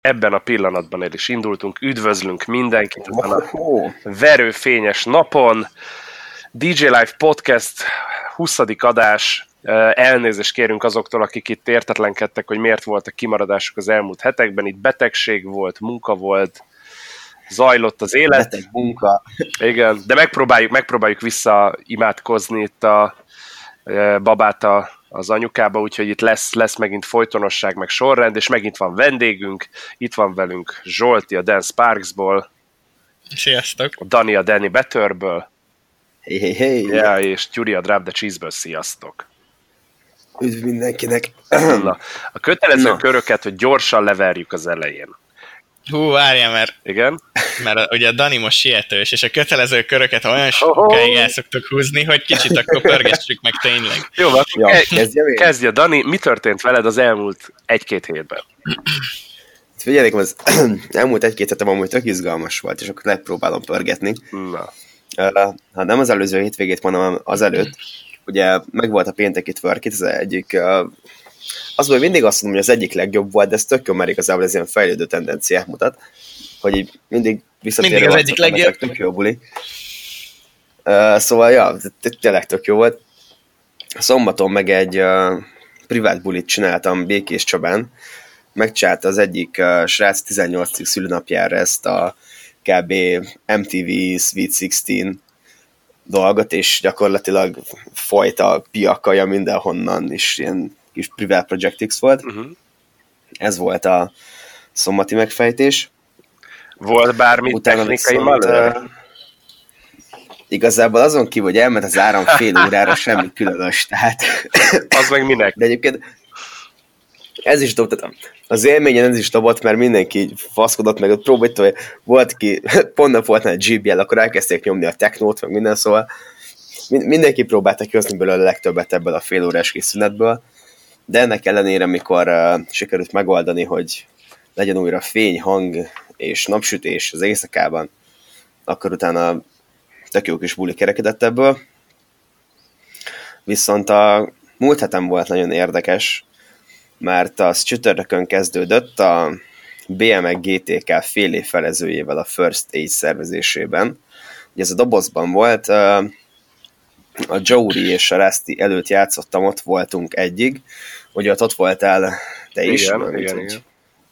Ebben a pillanatban el is indultunk, üdvözlünk mindenkit ezen a verőfényes napon. DJ Live Podcast 20. adás. Elnézést kérünk azoktól, akik itt értetlenkedtek, hogy miért voltak kimaradások az elmúlt hetekben. Itt betegség volt, munka volt, zajlott az élet. Beteg munka. Igen, de megpróbáljuk visszaimádkozni itt a babát az anyukába, úgyhogy itt lesz megint folytonosság, meg sorrend, és megint van vendégünk, itt van velünk Zsolti a Dan Sparksból. Sziasztok! Dani a Danny Betterből. Hey. Ja, és Gyuri a Drop the Cheese-ből. Sziasztok! Üdv mindenkinek! Na, a kötelező köröket, hogy gyorsan leverjük az elején. Várjál, mert ugye a Dani most sietős, és a kötelező köröket olyan sokáig el szoktuk húzni, hogy kicsit akkor pörgessük meg tényleg. Jó, kezdje Dani, mi történt veled az elmúlt 1-2 hétben? Figyeljék, az elmúlt 1-2 hetem amúgy tök izgalmas volt, és akkor megpróbálom pörgetni. Na. Ha nem az előző hétvégét mondom, hanem azelőtt, ugye megvolt a pénteki twerk, ez egyik... Azból mindig azt mondom, hogy az egyik legjobb volt, de ez tök jó, mert igazából ez ilyen fejlődő tendenciát mutat, hogy így mindig visszatérő mindig az egyik legjobb. Tök jó buli. Szóval, ja, tényleg tök jó volt. Szombaton meg egy privát bulit csináltam Békés Csabán. Megcsinálta az egyik srác 18. szülőnapjára ezt a kb. MTV Sweet 16 dolgot, és gyakorlatilag folyt a piakaja mindenhonnan, és ilyen kis privát Project X volt. Ez volt a szombati megfejtés. Volt bármi utána technikai malőr? Igazából azon kívül, hogy elment az áram fél órára, semmi különös, tehát... Az meg minek? De egyébként ez is dobott, az élményen ez is dobott, mert mindenki faszkodott, meg ott próbálta, hogy volt ki, pont nap volt egy GBL, akkor elkezdték nyomni a technót, meg minden, szóval mindenki próbálta kihozni belőle a legtöbbet ebből a fél órás kis szünetből, de ennek ellenére, mikor sikerült megoldani, hogy legyen újra fény, hang és napsütés az éjszakában, akkor utána tök jó kis buli kerekedett ebből. Viszont a múlt hetem volt nagyon érdekes, mert az csütörtökön kezdődött a BMX GTK fél év felezőjével a First Age szervezésében. Ugye ez a dobozban volt, a Jory és a Rusty előtt játszottam, ott voltunk egyig, ugye ott voltál te is. Igen.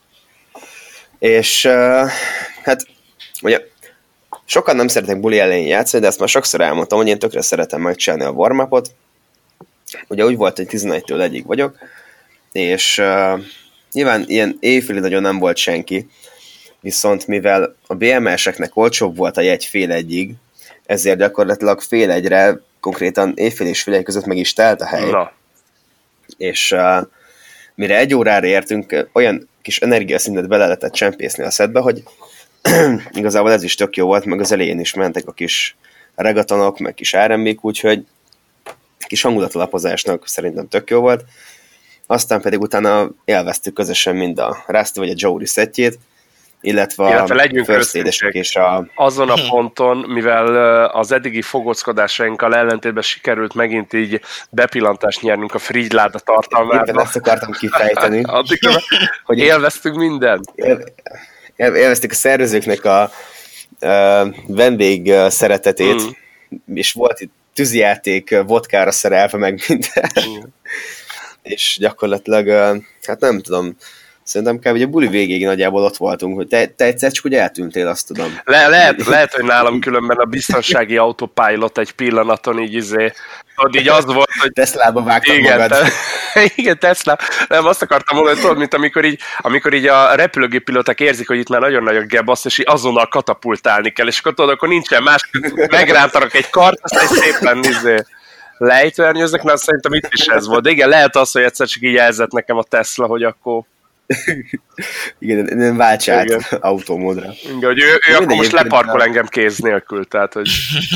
És hát ugye sokan nem szeretnek buli elején játszani, de ezt már sokszor elmondtam, hogy én tökre szeretem megcsinálni a warm-upot. Ugye úgy volt, hogy 11-től 1-ig vagyok, és nyilván ilyen éjfélig nagyon nem volt senki, viszont mivel a BMS-eknek olcsóbb volt a jegy fél 1-ig, ezért gyakorlatilag fél 1-re, konkrétan éjfél és fél 1 között meg is telt a hely. Na. És mire 1 órára értünk, olyan kis energiaszintet bele lehetett csempészni a szedbe, hogy igazából ez is tök jó volt, meg az elején is mentek a kis regatonok, meg kis R&B-k, úgyhogy kis hangulatalapozásnak szerintem tök jó volt. Aztán pedig utána élveztük közösen mind a Rusty vagy a Jory szettjét, illetve a First Aid-esek és a... Azon a ponton, mivel az eddigi fogózkodásainkkal ellentétben sikerült megint így bepillantást nyernünk a frigyláda tartalmába. Éppen ezt akartam kifejteni. Hogy élveztük mindent. Élveztük a szervezőknek a vendég szeretetét, és volt itt tűzijáték, vodkára szerelve, meg minden. És gyakorlatilag, hát nem tudom, szerintem kb. A buli végéig nagyjából ott voltunk, hogy te egyszer csak úgy eltűntél, azt tudom. Lehet, hogy nálam különben a biztonsági autopilot egy pillanaton így így az volt, hogy... Teslába vágtad magad. Igen, Tesla. Nem, azt akartam mondani, tudod, mint amikor így a repülőgép pilóták érzik, hogy itt már nagyon nagy a gebasz, és így azonnal katapultálni kell, és akkor tudod, akkor nincsen más, megrántanak egy kart, aztán szépen lejtőernyőznek, mert szerintem itt is ez volt. De igen, lehet az, hogy egyszer csak így jelzett nekem a Tesla, hogy akkor... Igen, nem válts át autómódra. Igen, hogy ő akkor most leparkol engem kéz nélkül, tehát, hogy...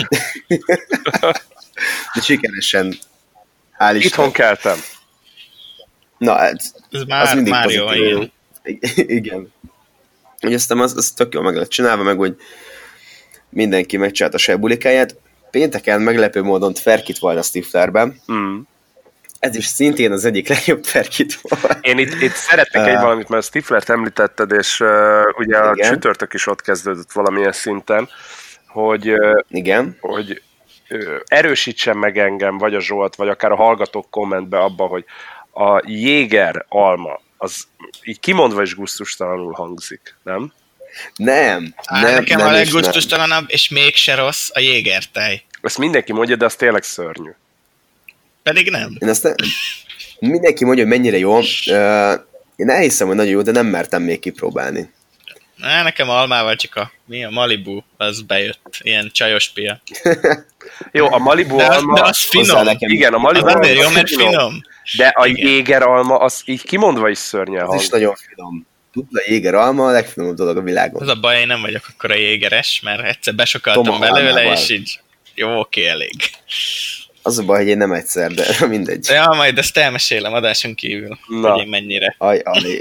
De sikeresen. Itthon keltem. Na, ez az mindig már pozitív. jó, Igen. Úgy aztán az tök jól meg lett csinálva, meg hogy mindenki megcsinálta a saját bulikáját. Pénteken meglepő módon Tverk itt volna a Stiflerben. ez is szintén az egyik legjobb Ferkit volt. Én itt szeretnék egy valamit, mert a Stiflert említetted, és ugye a csütörtök is ott kezdődött valamilyen szinten, hogy, igen. hogy erősítsen meg engem, vagy a Zsolt, vagy akár a hallgatók kommentbe abba, hogy a Jéger alma, az így kimondva is gusztustalanul hangzik, nem? Nem. Nekem a leggusztustalanabb, és mégse rossz a jégertej. Ezt mindenki mondja, de az tényleg szörnyű. Pedig nem. Én azt mindenki mondja, hogy mennyire jó. Én elhiszem, hogy nagyon jó, de nem mertem még kipróbálni. Nekem almával csak a Malibu, az bejött. Ilyen csajos pia. Jó, a Malibu alma... De az finom. Igen, a Malibu alma jó, mert finom. De a Jéger alma, az így kimondva is szörnyen hang. Ez is nagyon finom. Dupla Jéger alma a legfinomabb dolog a világon. Az a baj, én nem vagyok akkora jégeres, mert egyszer besokaltam belőle, és így jó, oké, elég. Az a baj, hogy én nem egyszer, de mindegy. Ja, majd ezt elmesélem adáson kívül, hogy én mennyire. Ali.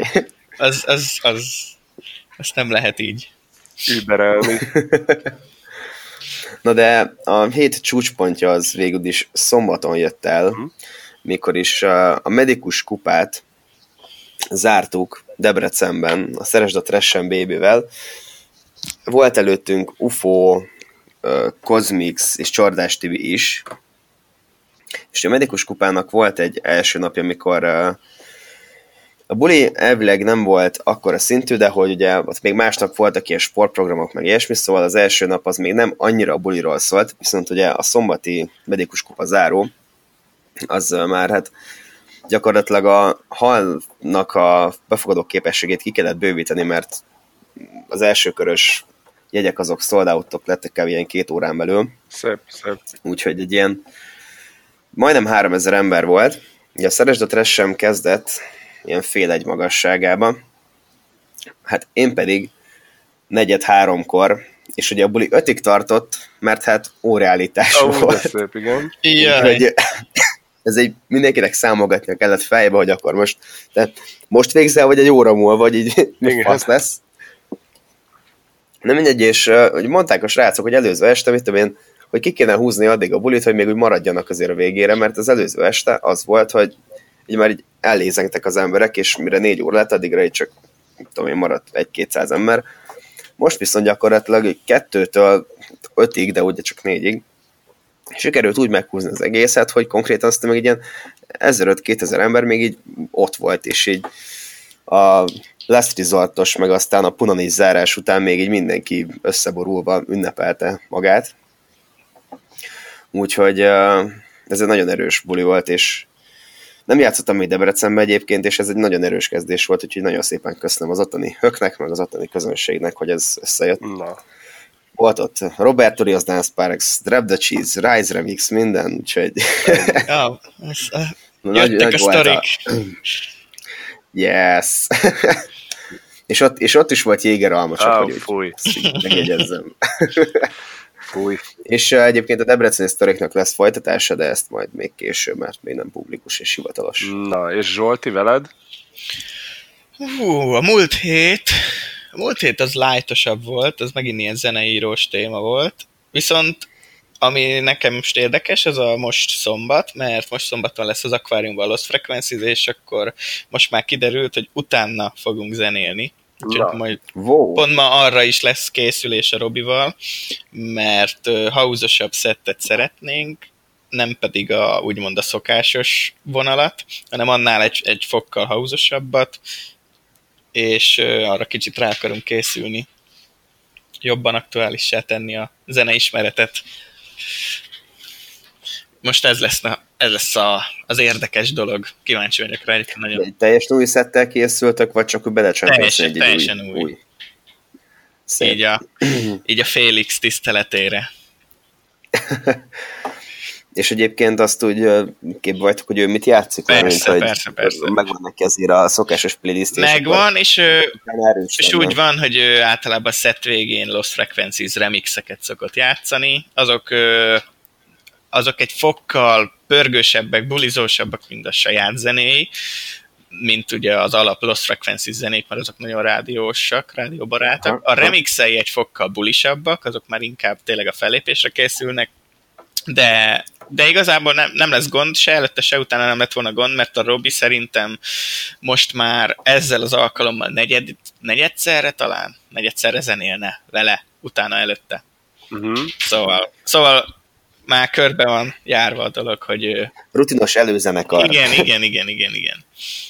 Azt nem lehet így. Überelni. Na de a hét csúcspontja az végül is szombaton jött el, mikor is a Medikus kupát zártuk Debrecenben, a Szeresd a Trash-en BB-vel. Volt előttünk UFO, Cosmix és Csordás Tibi is. És a Medikus kupának volt egy első napja, amikor a buli elvileg nem volt akkora szintű, de hogy ugye ott még másnap voltak ilyen sportprogramok, meg ilyesmi, szóval az első nap az még nem annyira a buliról szólt, viszont ugye a szombati Medikus kupa záró, az már hát gyakorlatilag a halnak a befogadó képességét ki kellett bővíteni, mert az elsőkörös jegyek azok sold out-ok lettek kb. Ilyen 2 órán belül. Szép. Úgyhogy egy ilyen majdnem 3000 ember volt. Ugye a Szeresd a Trash sem kezdett ilyen fél egy magasságába. Hát én pedig 4:03-kor, és ugye a buli 5-ig tartott, mert hát óraállítás volt. Szép, igen. Úgyhogy ez egy mindenkinek számolgatnia kellett fejbe, hogy akkor most végzel, vagy egy óra múlva, vagy így fasz lesz. Nem mindegy, és hogy mondták a srácok, hogy előző este, mit tudom én, hogy ki kéne húzni addig a bulit, hogy még úgy maradjanak azért a végére, mert az előző este az volt, hogy így már így ellézengtek az emberek, és mire 4 óra lett, addigra így csak, tudom én, maradt 1-200 ember. Most viszont gyakorlatilag 2-től 5-ig, de ugye csak 4-ig, sikerült úgy meghúzni az egészet, hogy konkrétan aztán meg ilyen 1500-2000 ember még így ott volt, és így a Last Resortos, meg aztán a Punani zárás után még így mindenki összeborulva ünnepelte magát. Úgyhogy ez egy nagyon erős buli volt, és nem játszottam még Debrecenben egyébként, és ez egy nagyon erős kezdés volt, úgyhogy nagyon szépen köszönöm az ottani höknek, meg az ottani közönségnek, hogy ez összejött. Na. Volt ott Roberto Rios Dance Parks, Drop the Cheese, Rise Remix, minden, úgyhogy... Ja, jöttek a sztorik. Yes. és ott is volt Jéger alma, csak hogy megjegyezzem. Fúj. És egyébként a debreceni sztoriknak lesz folytatása, de ezt majd még később, mert még nem publikus és hivatalos. Na, és Zsolti, veled? A múlt hét az lightosabb volt, az megint ilyen zeneírós téma volt, viszont ami nekem most érdekes, az a most szombat, mert most szombaton lesz az akváriumban a Lost Frequencies, és akkor most már kiderült, hogy utána fogunk zenélni. Úgyhogy majd pont ma arra is lesz készülés a Robival, mert house-osabb szettet szeretnénk, nem pedig úgymond a szokásos vonalat, hanem annál egy fokkal house-osabbat, és arra kicsit rá akarunk készülni, jobban aktuálissá tenni a zeneismeretet. Most ez lesz az érdekes dolog. Kíváncsi vagyok rá. Nagyon... Egy teljes új szettel készültök, vagy csak belecsempészni egy teljesen új. Így a Félix tiszteletére. És egyébként azt úgy képbe vagytok, hogy ő mit játszik? Persze. Megvan neki azért a szokásos playlist. Megvan, és úgy van, hogy általában a set végén Lost Frequencies remixeket szokott játszani. Azok egy fokkal pörgősebbek, bulizósabbak, mint a saját zenéi, mint ugye az alap Lost Frequencies zenék, mert azok nagyon rádiósak, rádióbarátak. A remixei egy fokkal bulisabbak, azok már inkább tényleg a fellépésre készülnek, de De igazából nem lesz gond, se előtte, se utána nem lett volna gond, mert a Robi szerintem most már ezzel az alkalommal negyedszerre zenélne vele, utána előtte. Szóval már körbe van járva a dolog, hogy... Rutinos előzenekar. Igen.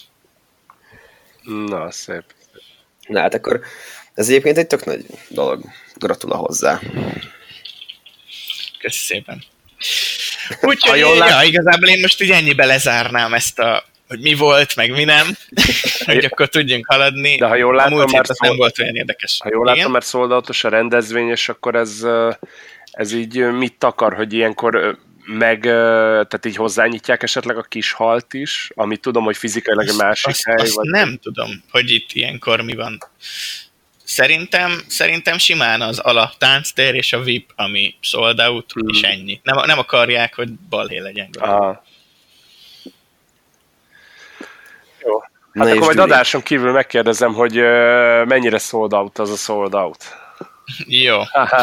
Na, szép. Na hát akkor ez egyébként egy tök nagy dolog. Gratula hozzá. Köszi szépen. Úgyhogy igazából én most így ennyibe lezárnám ezt hogy mi volt, meg mi nem, hogy akkor tudjunk haladni. De ha jól látom, a múlt hét nem volt olyan érdekes. Ha jól látom, mert sold-out-os a rendezvény, és akkor ez így mit takar, hogy ilyenkor tehát így hozzányitják esetleg a kis halt is, amit tudom, hogy fizikailag a másik hely. Azt nem tudom, hogy itt ilyenkor mi van. Szerintem simán az tánctér és a VIP, ami sold out, és ennyi. Nem akarják, hogy balhé legyen. Jó. Hát akkor majd adáson kívül megkérdezem, hogy mennyire sold out az a sold out. Jó.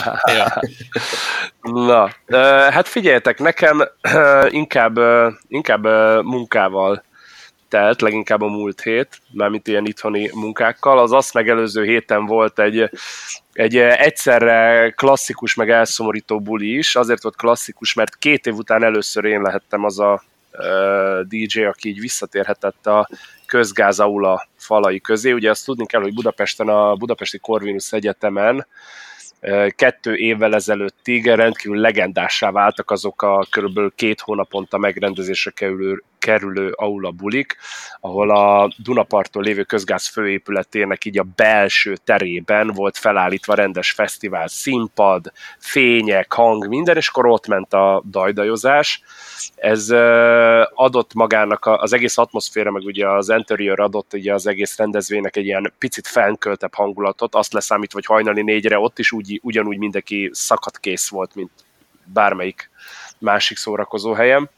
Na, hát figyeljetek, nekem inkább munkával telt, leginkább a múlt hét, mármint ilyen itthoni munkákkal. Az azt megelőző héten volt egy egyszerre klasszikus, meg elszomorító buli is. Azért volt klasszikus, mert 2 év után először én lehettem az a DJ, aki így visszatérhetett a közgáz aula falai közé. Ugye azt tudni kell, hogy Budapesten, a Budapesti Corvinus Egyetemen 2 évvel ezelőttig rendkívül legendássá váltak azok a körülbelül 2 hónaponta megrendezésre kerülő aula bulik, ahol a Dunaparton lévő közgáz főépületének így a belső terében volt felállítva rendes fesztivál, színpad, fények, hang, minden, és akkor ott ment a dajdajozás. Ez adott magának az egész atmoszféra, meg ugye az interior adott ugye az egész rendezvénynek egy ilyen picit felköltebb hangulatot, azt leszámítva, hogy hajnali 4-re ott is ugyanúgy mindenki szakadkész volt, mint bármelyik másik szórakozó helyem.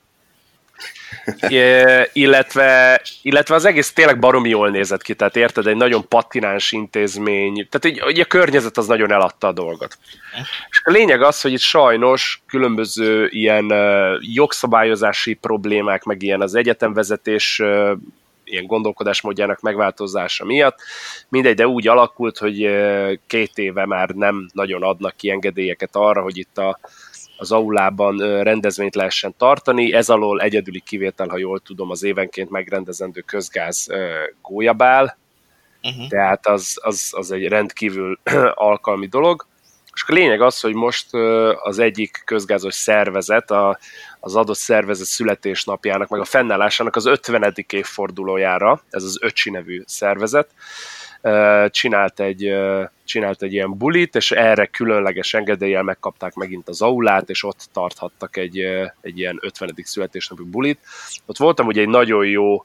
Illetve az egész tényleg baromi jól nézett ki, tehát érted, egy nagyon patináns intézmény, tehát így a környezet az nagyon eladta a dolgot. És a lényeg az, hogy itt sajnos különböző ilyen jogszabályozási problémák, meg ilyen az egyetemvezetés ilyen gondolkodásmódjának megváltozása miatt, mindegy, de úgy alakult, hogy 2 éve már nem nagyon adnak ki engedélyeket arra, hogy itt az aulában rendezvényt lehessen tartani. Ez alól egyedüli kivétel, ha jól tudom, az évenként megrendezendő közgáz gólyabál, tehát az egy rendkívül alkalmi dolog. És a lényeg az, hogy most az egyik közgázos szervezet, az adott szervezet születésnapjának, meg a fennállásának az 50. évfordulójára, ez az Öcsi nevű szervezet, csinált egy ilyen bulit, és erre különleges engedéllyel megkapták megint az aulát, és ott tarthattak egy ilyen 50. születésnapú bulit. Ott voltam ugye egy nagyon jó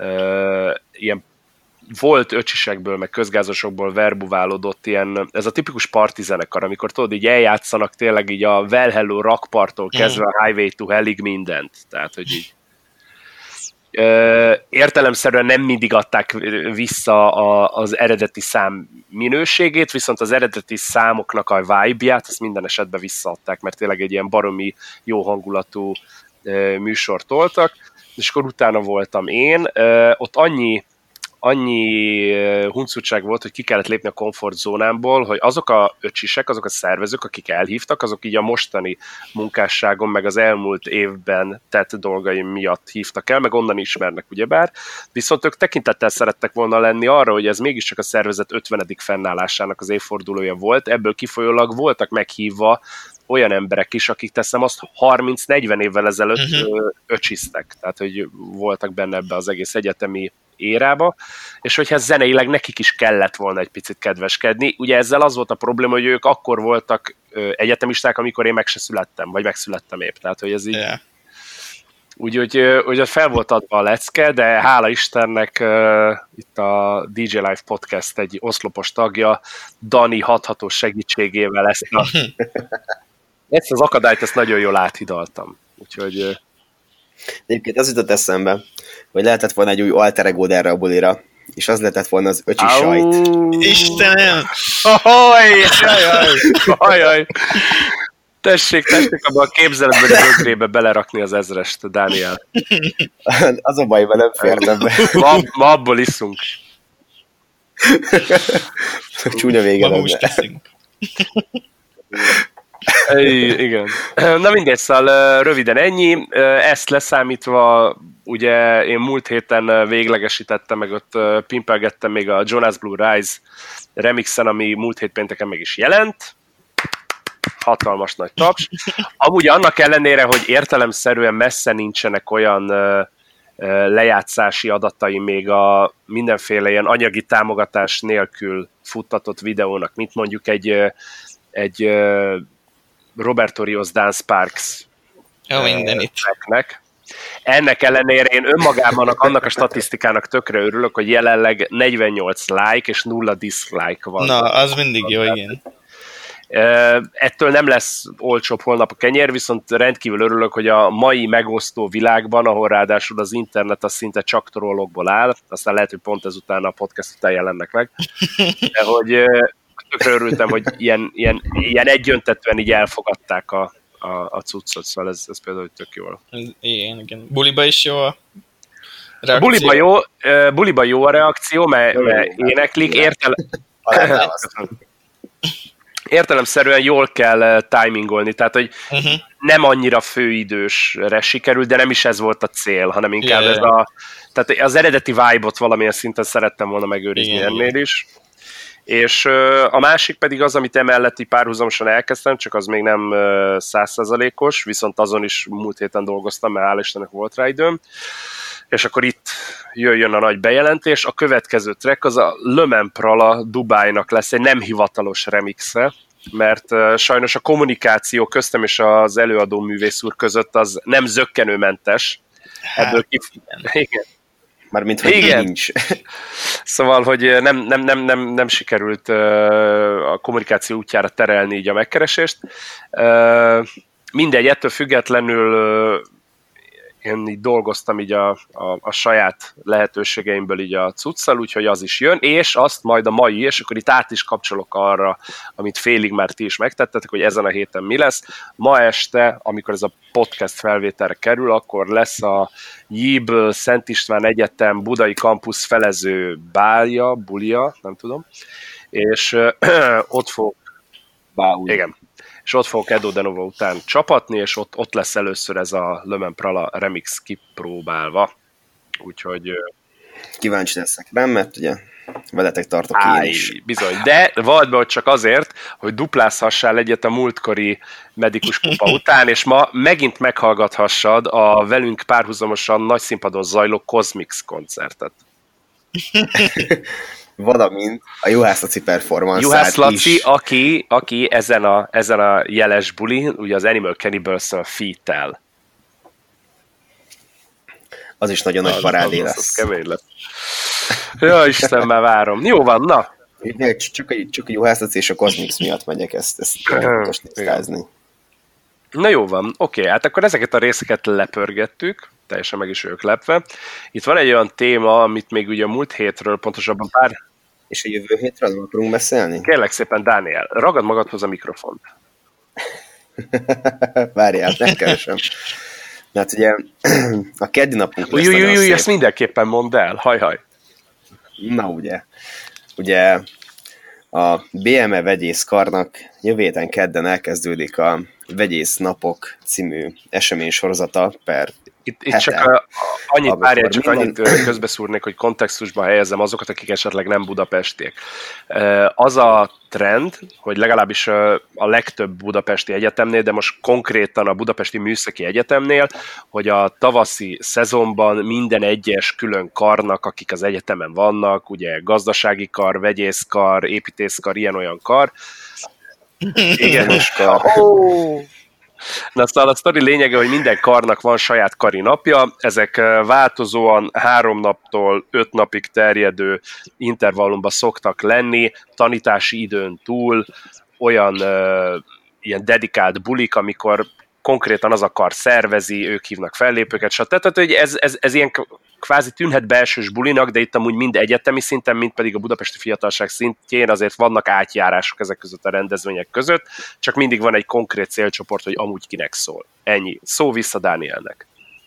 ilyen volt öcsisekből, meg közgázosokból verbuválódott ilyen, ez a tipikus parti zenekar, amikor tudod, így eljátszanak tényleg így a Well Hello Rockparttól kezdve a Highway to Hellig mindent. Tehát, hogy így értelemszerűen nem mindig adták vissza az eredeti szám minőségét, viszont az eredeti számoknak a vibe-ját azt minden esetben visszaadták, mert tényleg egy ilyen baromi jó hangulatú műsort toltak, és akkor utána voltam én, ott annyi huncutság volt, hogy ki kellett lépni a komfortzónámból, hogy azok a öcsisek, azok a szervezők, akik elhívtak, azok így a mostani munkásságom, meg az elmúlt évben tett dolgaim miatt hívtak el, meg onnan ismernek ugyebár, viszont ők tekintettel szerettek volna lenni arra, hogy ez mégiscsak a szervezet 50. fennállásának az évfordulója volt, ebből kifolyólag voltak meghívva olyan emberek is, akik teszem azt 30-40 évvel ezelőtt öcsiztek, tehát hogy voltak benne ebbe az egész egyetemi érába, és hogyha zeneileg nekik is kellett volna egy picit kedveskedni. Ugye ezzel az volt a probléma, hogy ők akkor voltak egyetemisták, amikor én meg se születtem, vagy megszülettem épp. Tehát, hogy ez így... Yeah. Úgyhogy fel volt adva a lecke, de hála Istennek itt a DJ Live Podcast egy oszlopos tagja, Dani hathatós segítségével ezt az akadályt ezt nagyon jól áthidaltam. Úgyhogy... Egyébként az jutott eszembe, hogy lehetett volna egy új alter egód erre a bulira, és az lehetett volna az öcsi sajt. Istenem! Ajaj! Tessék abban a képzeletben a bögrébe belerakni az ezrest, Dániel. Az a baj, nem fértem be. Ma abból iszunk. Csúnya vége Ma húst teszünk. Igen. Na mindegy, szóval röviden ennyi. Ezt leszámítva, ugye én múlt héten véglegesítettem, meg ott pimpelgettem még a Jonas Blue Rise remixen, ami múlt hét pénteken meg is jelent. Hatalmas nagy taps. Amúgy annak ellenére, hogy értelemszerűen messze nincsenek olyan lejátszási adatai még a mindenféle ilyen anyagi támogatás nélkül futtatott videónak, mint mondjuk egy Roberto Rios Dance Parks tracknek. Ennek ellenére én önmagában annak a statisztikának tökre örülök, hogy jelenleg 48 like és 0 dislike van. Na, az mindig jó, igen. Ettől nem lesz olcsóbb holnap a kenyér, viszont rendkívül örülök, hogy a mai megosztó világban, ahol ráadásul az internet az szinte csak trollokból áll, aztán lehet, hogy pont ezután a podcast után jelennek meg, de hogy tökre örültem, hogy ilyen egyöntetően így elfogadták a cuccot, szóval ez például tök jól. Igen. Buliba is jó a reakció? Buliba jó a reakció, mert éneklik, értelemszerűen jól kell timingolni, tehát hogy nem annyira főidősre sikerült, de nem is ez volt a cél, hanem inkább ez tehát az eredeti vibe-ot valamilyen szinten szerettem volna megőrizni ennél is. És a másik pedig az, amit emellett párhuzamosan elkezdtem, csak az még nem 100%-os, viszont azon is múlt héten dolgoztam, mert hál' Istennek volt rá időm. És akkor itt jöjjön a nagy bejelentés. A következő track az a Le Mans Prala Dubájnak lesz egy nem hivatalos remixe, mert sajnos a kommunikáció köztem és az előadó művész úr között az nem zökkenőmentes. Ebből igen. Mármint, hogy nincs. Szóval, hogy nem sikerült a kommunikáció útjára terelni így a megkeresést. Mindegy, ettől függetlenül én így dolgoztam így a saját lehetőségeimből így a cuccal, úgyhogy az is jön, és azt majd a mai, és akkor itt át is kapcsolok arra, amit félig már ti is megtettetek, hogy ezen a héten mi lesz. Ma este, amikor ez a podcast felvételre kerül, akkor lesz a JIBL Szent István Egyetem Budai Campus felező bulia, nem tudom, és ott fog... Igen. És ott fogok Edo de Nova után csapatni, és ott lesz először ez a Le Mans Prala remix kipróbálva. Úgyhogy... Kíváncsi leszek rám, mert ugye veletek tartok én is. Bizony, de vald be, hogy csak azért, hogy duplázhassál egyet a múltkori medikus kupa után, és ma megint meghallgathassad a velünk párhuzamosan nagy színpadon zajló Cosmix koncertet. Valamint a Juhász Laci performance-át Juhász Laci, aki ezen a jeles bulin, ugye az Animal Cannibals-on feat-tel. Az is nagyon nagy parádé lesz. Az kemény lesz. Ja, Isten, már várom. Jó van, na. Csak a Juhász Laci és a Cosmix miatt megyek ezt most tisztázni. Na jó van, oké, hát akkor ezeket a részeket lepörgettük, teljesen meg is ők lepve. Itt van egy olyan téma, amit még ugye a múlt hétről, pontosabban És a jövő hétről nem akarunk beszélni? Kérlek szépen, Dániel, ragad magadhoz a mikrofont. Várjál, megkeresem. Hát ugye a keddi napunk lesz nagyon szép. Ezt mindenképpen mondd el, hajhaj. Na ugye a BME Vegyészkarnak jövő héten kedden elkezdődik a Vegyész Napok című eseménysorozata per Itt csak annyit közbeszúrnék, hogy kontextusba helyezzem azokat, akik esetleg nem budapestiek. Az a trend, hogy legalábbis a legtöbb budapesti egyetemnél, de most konkrétan a Budapesti Műszaki Egyetemnél, hogy a tavaszi szezonban minden egyes külön karnak, akik az egyetemen vannak, ugye gazdasági kar, vegyészkar, építészkar, ilyen-olyan kar, igen, Na szóval a sztori lényege, hogy minden karnak van saját kari napja, ezek változóan 3 naptól 5 napig terjedő intervallumban szoktak lenni, tanítási időn túl olyan ilyen dedikált bulik, amikor konkrétan az a kar szervezi, ők hívnak fellépőket, stb. Tehát, hogy ez ilyen kvázi tűnhet belsős bulinak, de itt amúgy mind egyetemi szinten, mind pedig a budapesti fiatalság szintjén azért vannak átjárások ezek között a rendezvények között, csak mindig van egy konkrét célcsoport, hogy amúgy kinek szól. Ennyi. Szó vissza Dánielnek.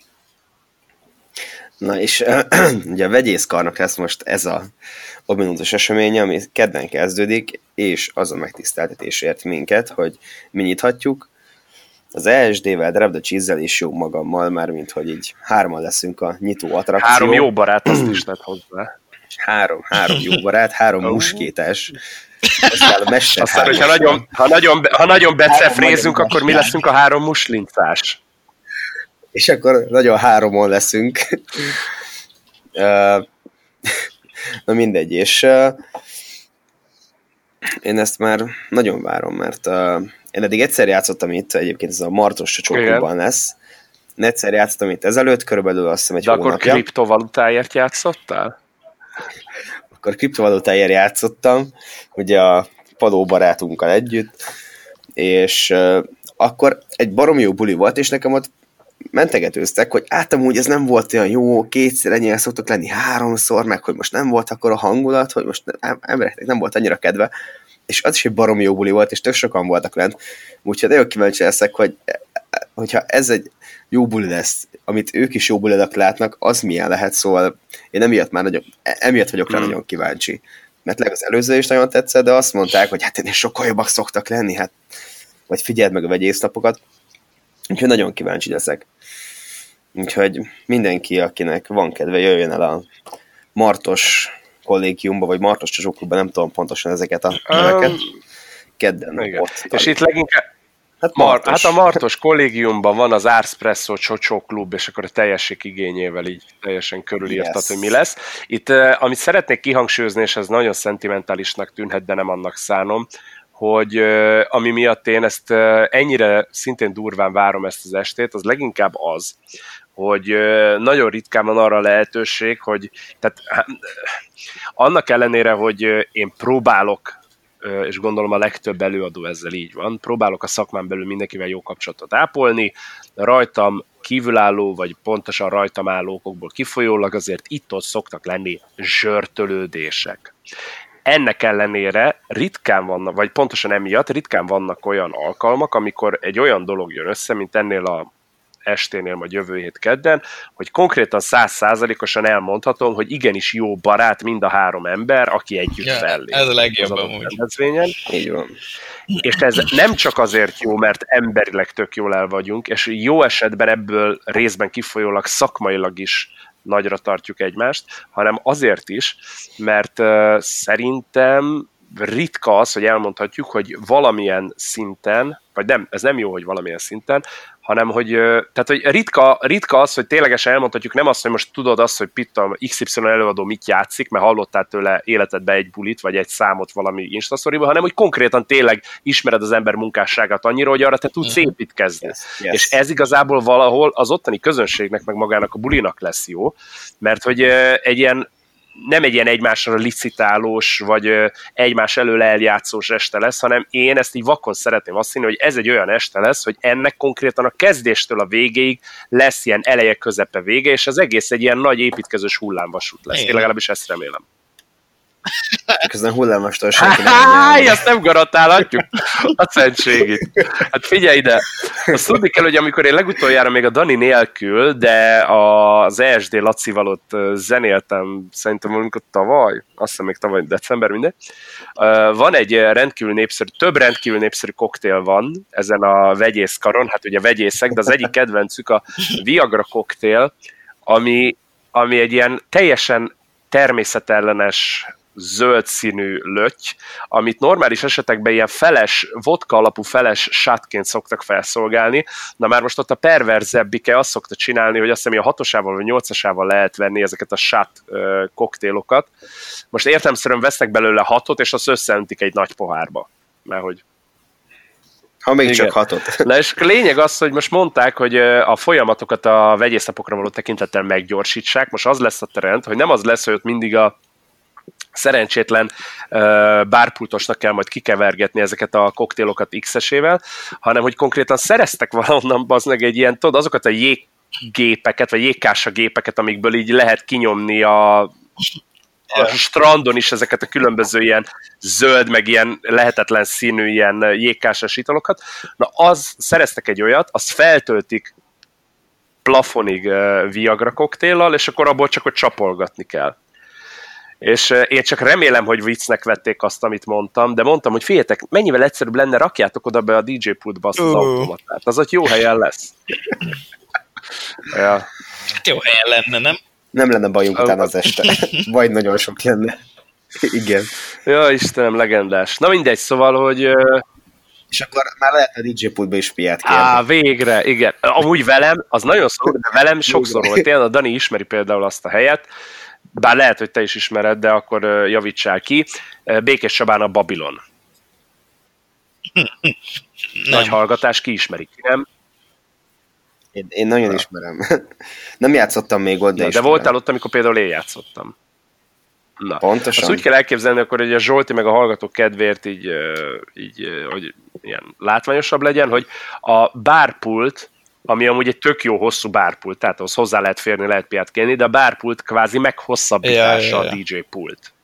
Na és ugye a vegyészkarnak lesz most ez a ominózus esemény, ami kedden kezdődik, és az a megtiszteltetésért minket, hogy mi nyithatjuk. Az ESD-vel, Drop the Cheese-zel és jó magammal, mármint hogy így 3 leszünk a nyitó attrakció. 3 jó barát, azt is tett hozzá. 3 jó barát, 3 muskétes. Aztán, hogyha nagyon becefrézünk, akkor mi leszünk a 3 muslincás. És akkor nagyon 3-on leszünk. Na mindegy, és én ezt már nagyon várom, mert én eddig egyszer játszottam itt, egyébként ez a Martos csoportban lesz. Én egyszer játszottam itt ezelőtt, körülbelül azt hiszem egy hónapja. De akkor kriptovalutáért játszottál? Akkor kriptovalutáért játszottam, ugye a Padó barátunkkal együtt, és akkor egy barom jó buli volt, és nekem ott mentegetőztek, hogy amúgy ez nem volt olyan jó, 2-szer ennyire szoktak lenni, 3-szor, meg hogy most nem volt akkor a hangulat, hogy most embereknek nem volt annyira kedve, és az is egy barom jó buli volt, és tök sokan voltak lent, úgyhogy nagyon kíváncsi leszek, hogyha ez egy jó buli lesz, amit ők is jó bulinak látnak, az milyen lehet, szóval én emiatt vagyok rá nagyon kíváncsi. Mert az előző is nagyon tetszett, de azt mondták, hogy hát ennél sokkal jobbak szoktak lenni, hát vagy figyeld meg a vegyésznapokat. Úgyhogy nagyon kíváncsi leszek. Úgyhogy mindenki, akinek van kedve, jöjjön el a Martos kollégiumba, vagy Martos Csazsóklubba, nem tudom pontosan ezeket a neveket. Kedden ott. És itt leginkább hát a Martos kollégiumban van az Arspresso Csocsó Klub, és akkor a teljesség igényével így teljesen körülírtad, hogy mi lesz. Itt, amit szeretnék kihangsúlyozni, és ez nagyon szentimentálisnak tűnhet, de nem annak szánom, hogy ami miatt én ezt ennyire szintén durván várom ezt az estét, az leginkább az, hogy nagyon ritkán van arra lehetőség, hogy tehát, annak ellenére, hogy én próbálok, és gondolom a legtöbb előadó ezzel így van, próbálok a szakmán belül mindenkivel jó kapcsolatot ápolni, rajtam kívülálló, vagy pontosan rajtam álló okokból kifolyólag azért itt-ott szoktak lenni zsörtölődések. Ennek ellenére ritkán vannak, vagy pontosan emiatt ritkán vannak olyan alkalmak, amikor egy olyan dolog jön össze, mint ennél a esténél majd jövő hét kedden, hogy konkrétan 100%-osan elmondhatom, hogy igenis jó barát mind a 3 ember, aki együtt fellép. Ez a legjobb amúgy. Így van. És ez nem csak azért jó, mert emberileg tök jól el vagyunk, és jó esetben ebből részben kifolyólag szakmailag is nagyra tartjuk egymást, hanem azért is, mert szerintem ritka az, hogy elmondhatjuk, hogy valamilyen szinten, vagy nem, ez nem jó, hogy valamilyen szinten, hanem hogy, tehát, hogy ritka az, hogy ténylegesen elmondhatjuk, nem azt, hogy most tudod azt, hogy Pitta XY előadó mit játszik, mert hallottál tőle életedbe egy bulit, vagy egy számot valami Instastoryba, hanem hogy konkrétan tényleg ismered az ember munkásságát annyira, hogy arra te tudsz építkezni. Yes. És ez igazából valahol az ottani közönségnek, meg magának a bulinak lesz jó, mert hogy nem egy ilyen egymásra licitálós, vagy egymás elől eljátszós este lesz, hanem én ezt így vakon szeretném azt hinni, hogy ez egy olyan este lesz, hogy ennek konkrétan a kezdéstől a végéig lesz ilyen eleje, közepe, vége, és az egész egy ilyen nagy építkezős hullámvasút lesz. Én legalábbis ezt remélem. Közben hullámvastól senki nem azt nem garantálhatjuk a szentségét. Hát figyelj ide, azt tudni kell, hogy amikor én legutoljára még a Dani nélkül, de az ESD Lacival ott zenéltem, szerintem valamikor tavaly, azt hiszem még tavaly december, mindegy. Van egy rendkívül népszerű, több rendkívül népszerű koktél van ezen a vegyészkaron, hát ugye vegyészek, de az egyik kedvencük a Viagra koktél, ami egy ilyen teljesen természetellenes zöld színű löty, amit normális esetekben ilyen vodka alapú feles shotként szoktak felszolgálni. Na már most ott a perverzebbike azt szokta csinálni, hogy azt hiszem, hogy a 6-osával vagy 8-asával lehet venni ezeket a shot koktélokat. Most értelemszerűen vesznek belőle 6-ot, és azt összeöntik egy nagy pohárba. Mert hogy ha még csak 6-ot. Na és a lényeg az, hogy most mondták, hogy a folyamatokat a vegyésznapokra való tekintettel meggyorsítsák. Most az lesz a trend, hogy nem az lesz, hogy ott mindig a szerencsétlen bárpultosnak kell majd kikevergetni ezeket a koktélokat X-esével, hanem hogy konkrétan szereztek valahonnan meg egy ilyen, tudod, azokat a jéggépeket, vagy jégkása gépeket, amikből így lehet kinyomni a strandon is ezeket a különböző ilyen zöld, meg ilyen lehetetlen színű ilyen jégkásás italokat. Na, szereztek egy olyat, azt feltöltik plafonig Viagra koktéllal, és akkor abból csak hogy csapolgatni kell. És én csak remélem, hogy viccnek vették azt, amit mondtam, de mondtam, hogy figyeljetek, mennyivel egyszerűbb lenne, rakjátok oda be a DJ pultba azt az automatát. Az ott jó helyen lesz. Ja. Jó helyen lenne, nem? Nem lenne bajunk utána az este. Vagy nagyon sok lenne. Igen. Ja, Istenem, legendás. Na mindegy, szóval, hogy... És akkor már lehet a DJ pultba is piát kérni. Végre, igen. Amúgy velem, az nagyon szorul, de velem sokszor volt. Én, a Dani ismeri például azt a helyet, bár lehet, hogy te is ismered, de akkor javítsál ki. Békés Csabán a Babilon. Nagy hallgatás, ki ismerik, nem? Én nagyon ismerem. Nem játszottam még ott, de voltál ott, amikor például én játszottam. Na, pontosan. Azt úgy kell elképzelni, akkor, hogy a Zsolti meg a hallgatók kedvéért így hogy ilyen látványosabb legyen, hogy a bárpult, ami amúgy egy tök jó hosszú bárpult, tehát ahhoz hozzá lehet férni, lehet piát kérni, de a bárpult kvázi meghosszabbítása a DJ pult.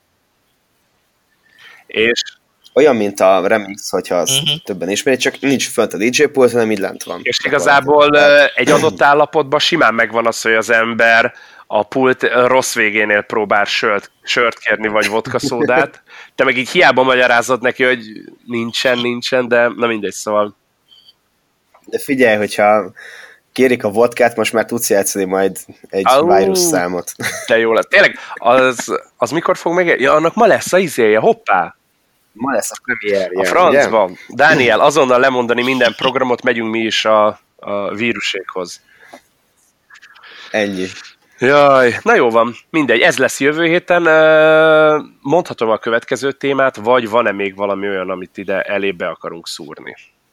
És olyan, mint a Remix, hogyha azt többen ismerik, csak nincs fönt a DJ pult, hanem így lent van. És igazából egy adott állapotban simán megvan az, hogy az ember a pult rossz végénél próbál sört kérni, vagy vodka szódát. Te meg így hiába magyarázod neki, hogy nincsen, de na mindegy, szóval. De figyelj, hogyha kérik a vodkát, most már tudsz játszani majd egy vírus számot. De jó lesz. Tényleg, az mikor fog meg? Ja, annak ma lesz a izéje, hoppá! Ma lesz a premierje. A francba. Ugye? Dániel, azonnal lemondani minden programot, megyünk mi is a víruséghoz. Ennyi. Jaj, na jó van, mindegy, ez lesz jövő héten. Mondhatom a következő témát, vagy van-e még valami olyan, amit ide elébe akarunk szúrni?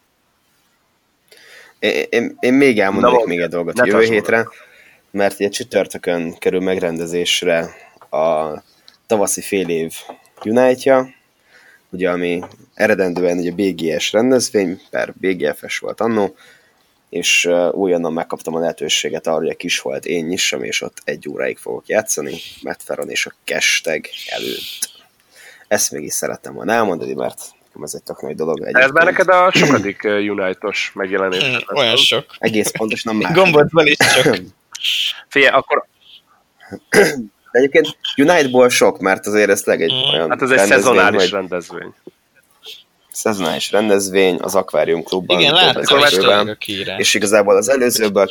Én még elmondanék még egy dolgot jövő hétre, mert ugye csütörtökön kerül megrendezésre a tavaszi fél év Unite-ja, ugye, ami eredendően ugye BGS rendezvény, per BGF-es volt annó, és újonnan megkaptam a lehetőséget arra, hogy a Kisholt én nyissam, és ott 1 óráig fogok játszani, Matt Ferron és a Kesteg előtt. Ezt még is szerettem volna elmondani, mert ez egy tök nagy dolog. Ez már neked a sokadik Unite-os megjelenés. Olyan sok. Egész pontosan már. Gombotban is csak. Figyelj, akkor... De egyébként Unite-ból sok, mert azért ez egy olyan hát ez egy szezonális rendezvény. Szezonális rendezvény az Aquarium Klubban. Igen, látom, és igazából az előzőből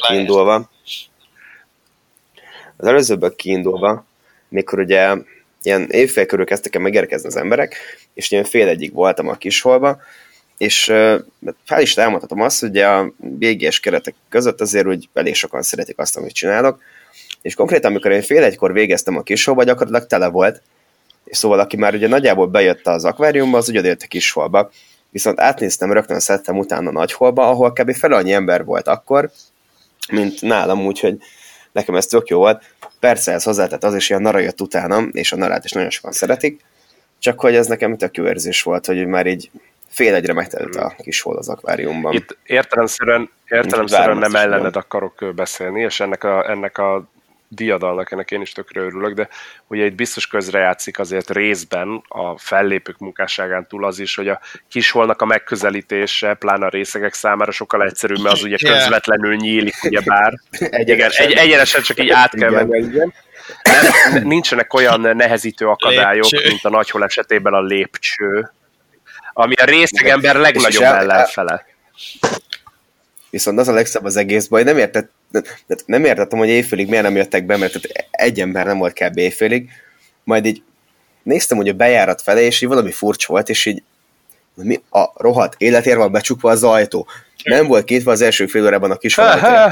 kiindulva, mikor ugye ilyen évfél körül kezdtek el megérkezni az emberek, és én fél egyig voltam a Kisholba, és fel is elmondhatom azt, hogy a BGS keretek között azért úgy elég sokan szeretik azt, amit csinálok, és konkrétan, amikor én fél egykor végeztem a Kisholba, gyakorlatilag tele volt, és szóval aki már ugye nagyjából bejött az akváriumba, az ugye jött a Kisholba, viszont átnéztem, rögtön szedtem utána a Nagyholba, ahol kb. Fel annyi ember volt akkor, mint nálam, úgyhogy nekem ez tök jó volt. Persze ez hozzátett az is, hogy a Nara jött utánam, és a Narát is nagyon sokan szeretik, csak hogy ez nekem tök jó érzés volt, hogy már így fél egyre megtelült a Kishol az akváriumban. Itt értelemszerűen nem ellened akarok beszélni, és ennek a diadalnak, ennek én is tökre örülök, de ugye itt biztos közrejátszik azért részben a fellépők munkásságán túl az is, hogy a Kisholnak a megközelítése, pláne a részegek számára sokkal egyszerűbb, mert az ugye közvetlenül nyílik, ugyebár. Egyenesen csak így át kell menni. Nincsenek olyan nehezítő akadályok, mint a Nagyhol esetében a lépcső, ami a részegember legnagyobb ellenfele. Viszont az a legszebb az egészben, hogy nem értettem, hogy éjfélig miért nem jöttek be, mert egy ember nem volt kb. Éjfélig. Majd így néztem, hogy a bejárat felé, és így valami furcsa volt, és így mi a rohadt életér van becsukva az ajtó. Nem volt kétve az első fél órában a kis ajtó.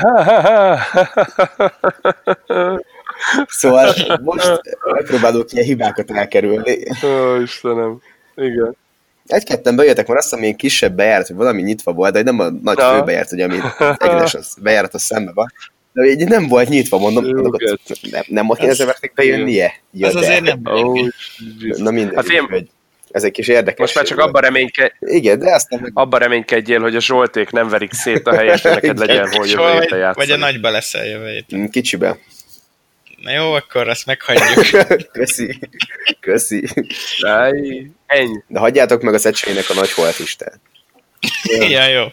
Szóval most megpróbálok ilyen hibákat elkerülni. Ó, Istenem, igen. Egy-ketten bejöttek, mert azt hiszem, ilyen kisebb bejárat, hogy valami nyitva volt, de nem a nagy főbejárat, hogy ami egyenes bejárat, az szembe van. De így nem volt nyitva, mondom, nem volt az embernek bejönnie? Az azért nem Na mindegy, hogy ez egy kis érdekes. Most már csak Igen, de aztán meg... abban reménykedjél, hogy a Zsolték nem verik szét a helyet, hogy neked legyen hol jövő héten játszani. Vagy a nagyba leszel jövő héten. Kicsibe. Na jó, akkor azt meghagyjuk. Köszi. Ennyi. De hagyjátok meg az Ecsénynek a nagy holtistát. Ja, jó.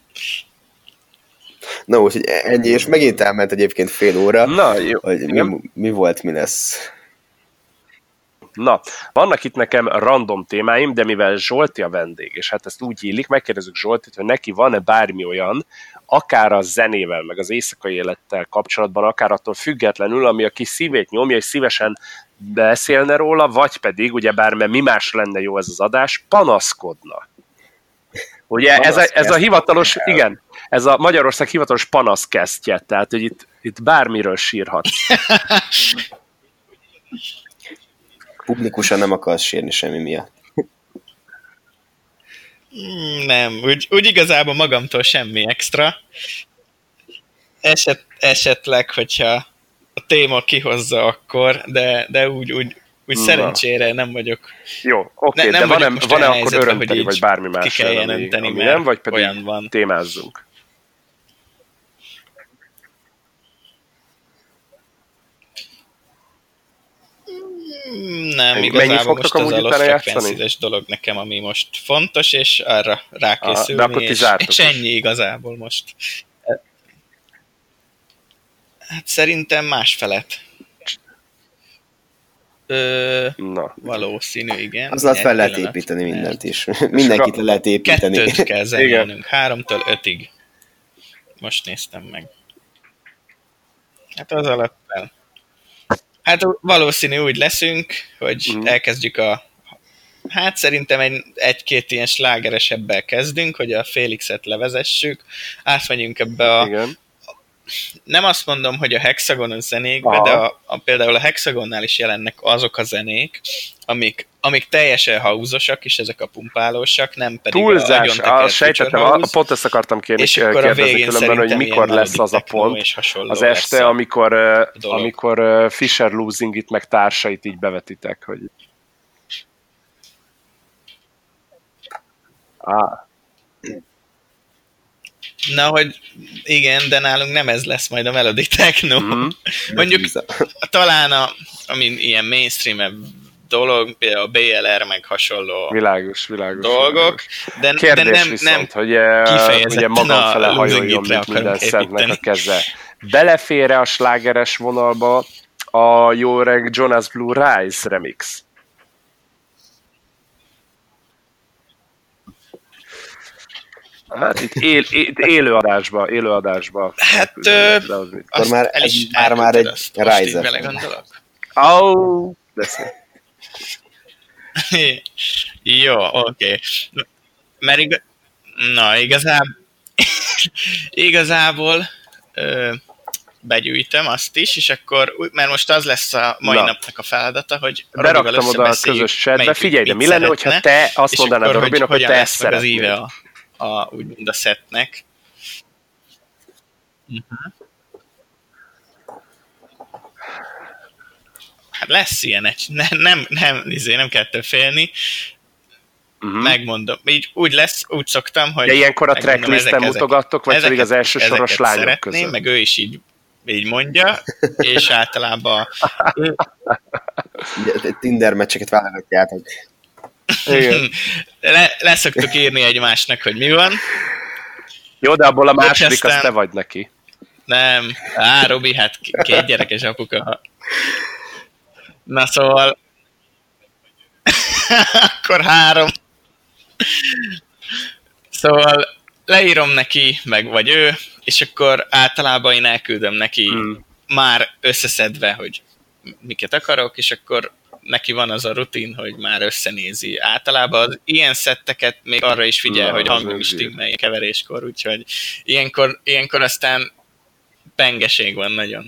Na úgyhogy ennyi, és megint elment egyébként fél óra, Na, jó. hogy mi volt, mi lesz. Na, vannak itt nekem random témáim, de mivel Zsolti a vendég, és hát ezt úgy illik, megkérdezzük Zsoltit, hogy neki van-e bármi olyan, akár a zenével, meg az éjszakai élettel kapcsolatban, akár attól függetlenül, ami a kis szívét nyomja, és szívesen beszélne róla, vagy pedig, ugyebár, mert mi más lenne jó ez az adás, panaszkodna. Ugye ez a hivatalos, igen, ez a Magyarország hivatalos panaszkesztje, tehát hogy itt bármiről sírhat. Publikusan nem akarsz sírni semmi miatt. Nem, úgy igazából magamtól semmi extra. Esetleg, hogyha a téma kihozza akkor, de úgy szerencsére nem vagyok. Jó, oké, de van-e akkor örömteli, vagy bármi más, ami nem, vagy pedig témázzunk? Nem, igazából most az a low frequency-es dolog nekem, ami most fontos, és arra rákészülni, és ennyi igazából most. Hát szerintem másfelet. Valószínű, igen. Az alatt fel lehet építeni mindent is. Mindenkit le lehet építeni. 2-t kell zenélnünk, 3-től 5-ig. Most néztem meg. Hát az alatt fel. Hát valószínű úgy leszünk, hogy elkezdjük hát szerintem egy-két ilyen slágeresebbel kezdünk, hogy a Félixet levezessük, átmegyünk ebbe Igen. Nem azt mondom, hogy a hexagonos zenékbe, de például a hexagonnál is jelennek azok a zenék, amik teljesen hauzosak, és ezek a pumpálósak, nem pedig túlzás, sejtettem, pont ezt akartam kérdezni különben, hogy mikor lesz az a pont, az este, amikor Fisher Losing-it meg társait így bevetitek, hogy... Na, hogy igen, de nálunk nem ez lesz majd a Melody Techno. Mondjuk talán ami ilyen mainstream dolog, például a BLR meg hasonló világos dolgok, de kérdés viszont, hogy ugye magam fele hajoljon, mint minden szentnek a keze. Belefér-e a slágeres vonalba a jó öreg Jonas Blue Rise remix? Hát itt élőadásba. Hát, akkor már egy Rise-er. Beszélj. Jó, oké. Mert igazából begyűjtöm azt is, és akkor, mert most az lesz a mai napnak a feladata, hogy beraktam oda a közös chatbe, figyelj, de mi lenne, hogyha te azt mondanád a Robinak, hogy te ezt szeretnéd? Az íve úgymond a setnek. Hát lesz ilyen, nem kell ettől félni. Megmondom, úgy lesz, úgy szoktam, hogy... De ilyenkor a tracklisten mutogattok, vagy pedig az elsősoros lányok között? Meg ő is így mondja, és általában... Tinder meccseket válogatjátok. Leszoktuk írni egymásnak, hogy mi van. Jó, de abból a második az te vagy neki. Nem. Robi, hát 2 gyerekes apuka. Na szóval... Akkor 3. Szóval leírom neki, meg vagy ő, és akkor általában én elküldöm neki már összeszedve, hogy miket akarok, és akkor neki van az a rutin, hogy már összenézi. Általában az ilyen szetteket még arra is figyel, hogy hangok is stimmeljen keveréskor, úgyhogy ilyenkor aztán pengeség van nagyon.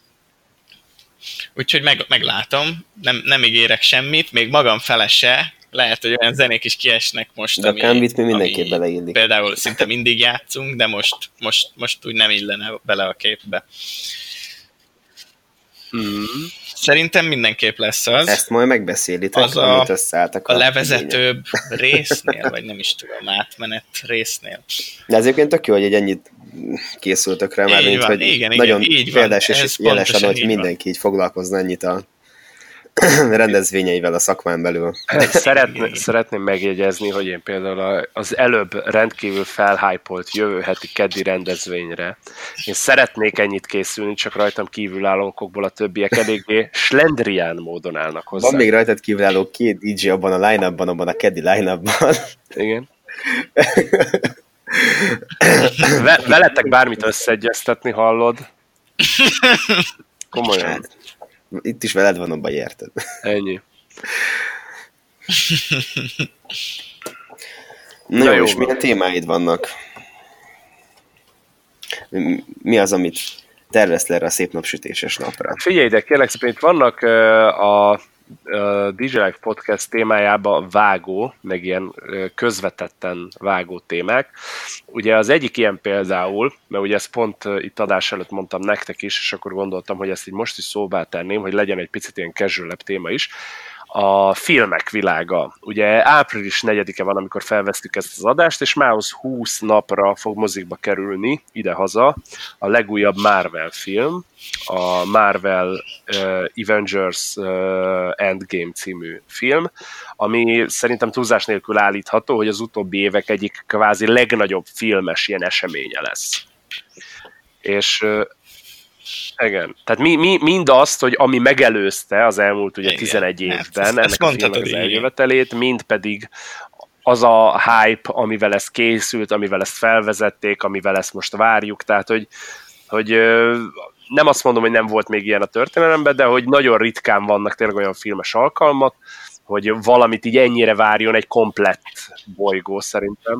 Úgyhogy meglátom, nem ígérek semmit, még magam fele se, lehet, hogy olyan zenék is kiesnek most, de a Gambit mi mindenképp beleillik. Például szinte mindig játszunk, de most úgy nem illene bele a képbe. Szerintem mindenképp lesz az. Ezt majd megbeszélitek, az amit összeálltak a levezetőbb résznél, vagy nem is tudom, átmenet résznél. De ez egyébként tök jó, hogy egy ennyit készültök rá már, mint hogy igen, nagyon példás és jelesen, hogy mindenki így foglalkozna ennyit a rendezvényeivel a szakmán belül. Szeretném megjegyezni, hogy én például az előbb rendkívül felhypolt jövő heti keddi rendezvényre én szeretnék ennyit készülni, csak rajtam kívülálló okokból a többiek eléggé slendrián módon állnak hozzá. Van még rajtad kívülálló 2 DJ abban a line-upban, abban a keddi line-upban. Igen. Veletek bármit összeegyeztetni, hallod? Komolyan. Hát, itt is veled van a baj, érted? Ennyi. Na jó, és milyen témáid vannak? Mi az, amit terveztél erre a szép napsütéses napra? Figyelj ide, kérlek szépen, itt vannak a DJ Life Podcast témájában vágó, meg ilyen közvetetten vágó témák. Ugye az egyik ilyen például, mert ugye ezt pont itt adás előtt mondtam nektek is, és akkor gondoltam, hogy ezt így most is szóvá tenném, hogy legyen egy picit ilyen casual téma is. A filmek világa. Ugye április 4-e van, amikor felvesztük ezt az adást, és mához 20 napra fog mozikba kerülni idehaza a legújabb Marvel film, a Marvel Avengers Endgame című film, ami szerintem túlzás nélkül állítható, hogy az utóbbi évek egyik kvázi legnagyobb filmes ilyen eseménye lesz. És igen. Tehát mind azt, hogy ami megelőzte az elmúlt ugye 11 évben ennek a filmnek az eljövetelét, mind pedig az a hype, amivel ez készült, amivel ezt felvezették, amivel ezt most várjuk, tehát hogy nem azt mondom, hogy nem volt még ilyen a történelemben, de hogy nagyon ritkán vannak tényleg olyan filmes alkalmak, hogy valamit így ennyire várjon egy komplett bolygó szerintem.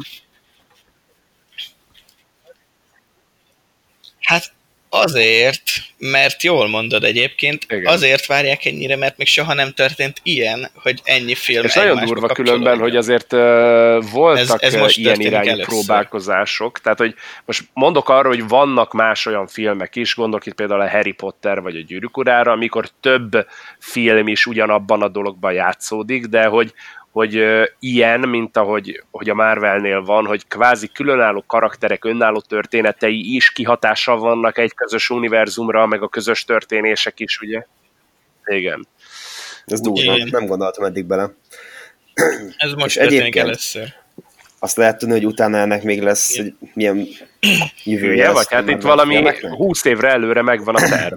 Hát azért, mert jól mondod egyébként, igen. Azért várják ennyire, mert még soha nem történt ilyen, hogy ennyi film és nagyon durva különben, hogy azért voltak ez ilyen irányú először. Próbálkozások, tehát hogy most mondok arra, hogy vannak más olyan filmek is, gondolok itt például a Harry Potter vagy a Gyűrűk urára, amikor több film is ugyanabban a dologban játszódik, de hogy ilyen, mint ahogy a Marvelnél van, hogy kvázi különálló karakterek, önálló történetei is kihatással vannak egy közös univerzumra, meg a közös történések is, ugye? Igen. Ez durva, nem gondoltam eddig bele. Ez most történik először. Azt lehet tudni, hogy utána ennek még lesz egy milyen jövője. Vagy hát itt valami 20 évre előre megvan a terv.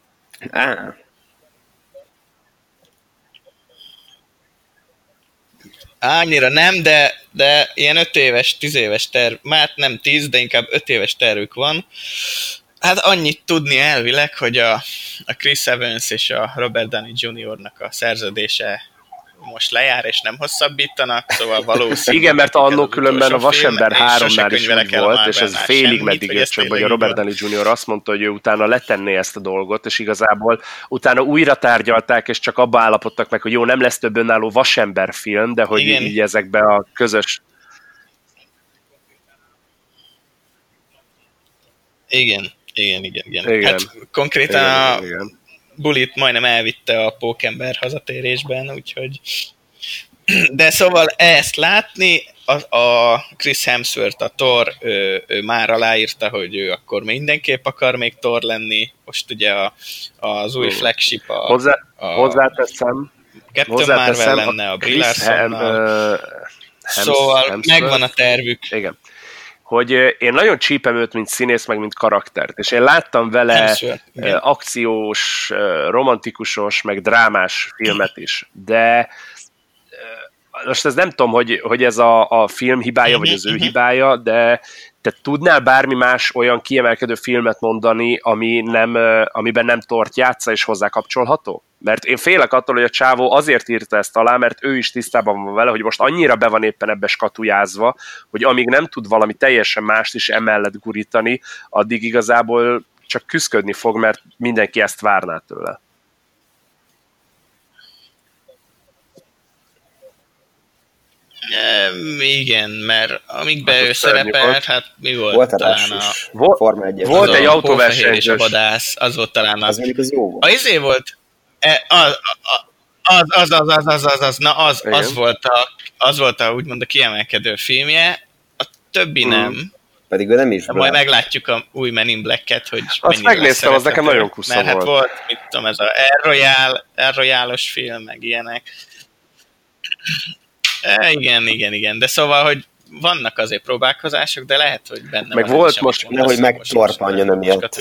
Annyira nem, de ilyen 5 éves, 10 éves terv, már nem 10, de inkább 5 éves tervük van. Hát annyit tudni elvileg, hogy a Chris Evans és a Robert Downey Jr.-nak a szerződése most lejár, és nem hosszabbítanak, szóval valószínűleg... Igen, mert annó különben a Vasember 3-nál is úgy volt, és ez félig meddig jött csak, hogy a Robert Downey Jr. azt mondta, hogy ő utána letenné ezt a dolgot, és igazából utána újra tárgyalták, és csak abba állapodtak meg, hogy jó, nem lesz több önálló Vasember film, de hogy így ezekbe a közös... Igen. Hát konkrétan igen. Bulit majdnem elvitte a pókember hazatérésben, úgyhogy... De szóval ezt látni, a Chris Hemsworth, a Thor, ő már aláírta, hogy ő akkor mindenképp akar még Thor lenni. Most ugye az új flagship hozzáteszem, Captain Marvel lenne a Brie Larsonnal. Szóval megvan a tervük. Igen. Hogy én nagyon csípem őt, mint színész, meg mint karaktert, és én láttam vele akciós, romantikusos, meg drámás filmet is, de most ez nem tudom, hogy ez a film hibája, vagy az ő hibája, de te tudnál bármi más olyan kiemelkedő filmet mondani, amiben nem Thort játsza és hozzá kapcsolható? Mert én félek attól, hogy a csávó azért írta ezt alá, mert ő is tisztában van vele, hogy most annyira be van éppen ebbe skatujázva, hogy amíg nem tud valami teljesen mást is emellett gurítani, addig igazából csak küszködni fog, mert mindenki ezt várná tőle. Igen, mert amikben ő szerepelt, hát mi volt? Volt a talán Rush a... Forma 1 Volt egy autóversenyzős. És a vadász, az volt talán az mondjuk az jó volt. Az izé volt... Az volt a úgymond a kiemelkedő filmje, a többi nem. Pedig ő nem is. Majd meglátjuk a új Men in Black-et, hogy azt megnéztem, az nekem nagyon kusza mert volt. Hát volt, mit tudom, ez a Air Royale-os film, meg ilyenek. Igen. De szóval, hogy vannak azért próbálkozások, de lehet, hogy benne meg van. volt most, nehogy megtorpanjon emiatt.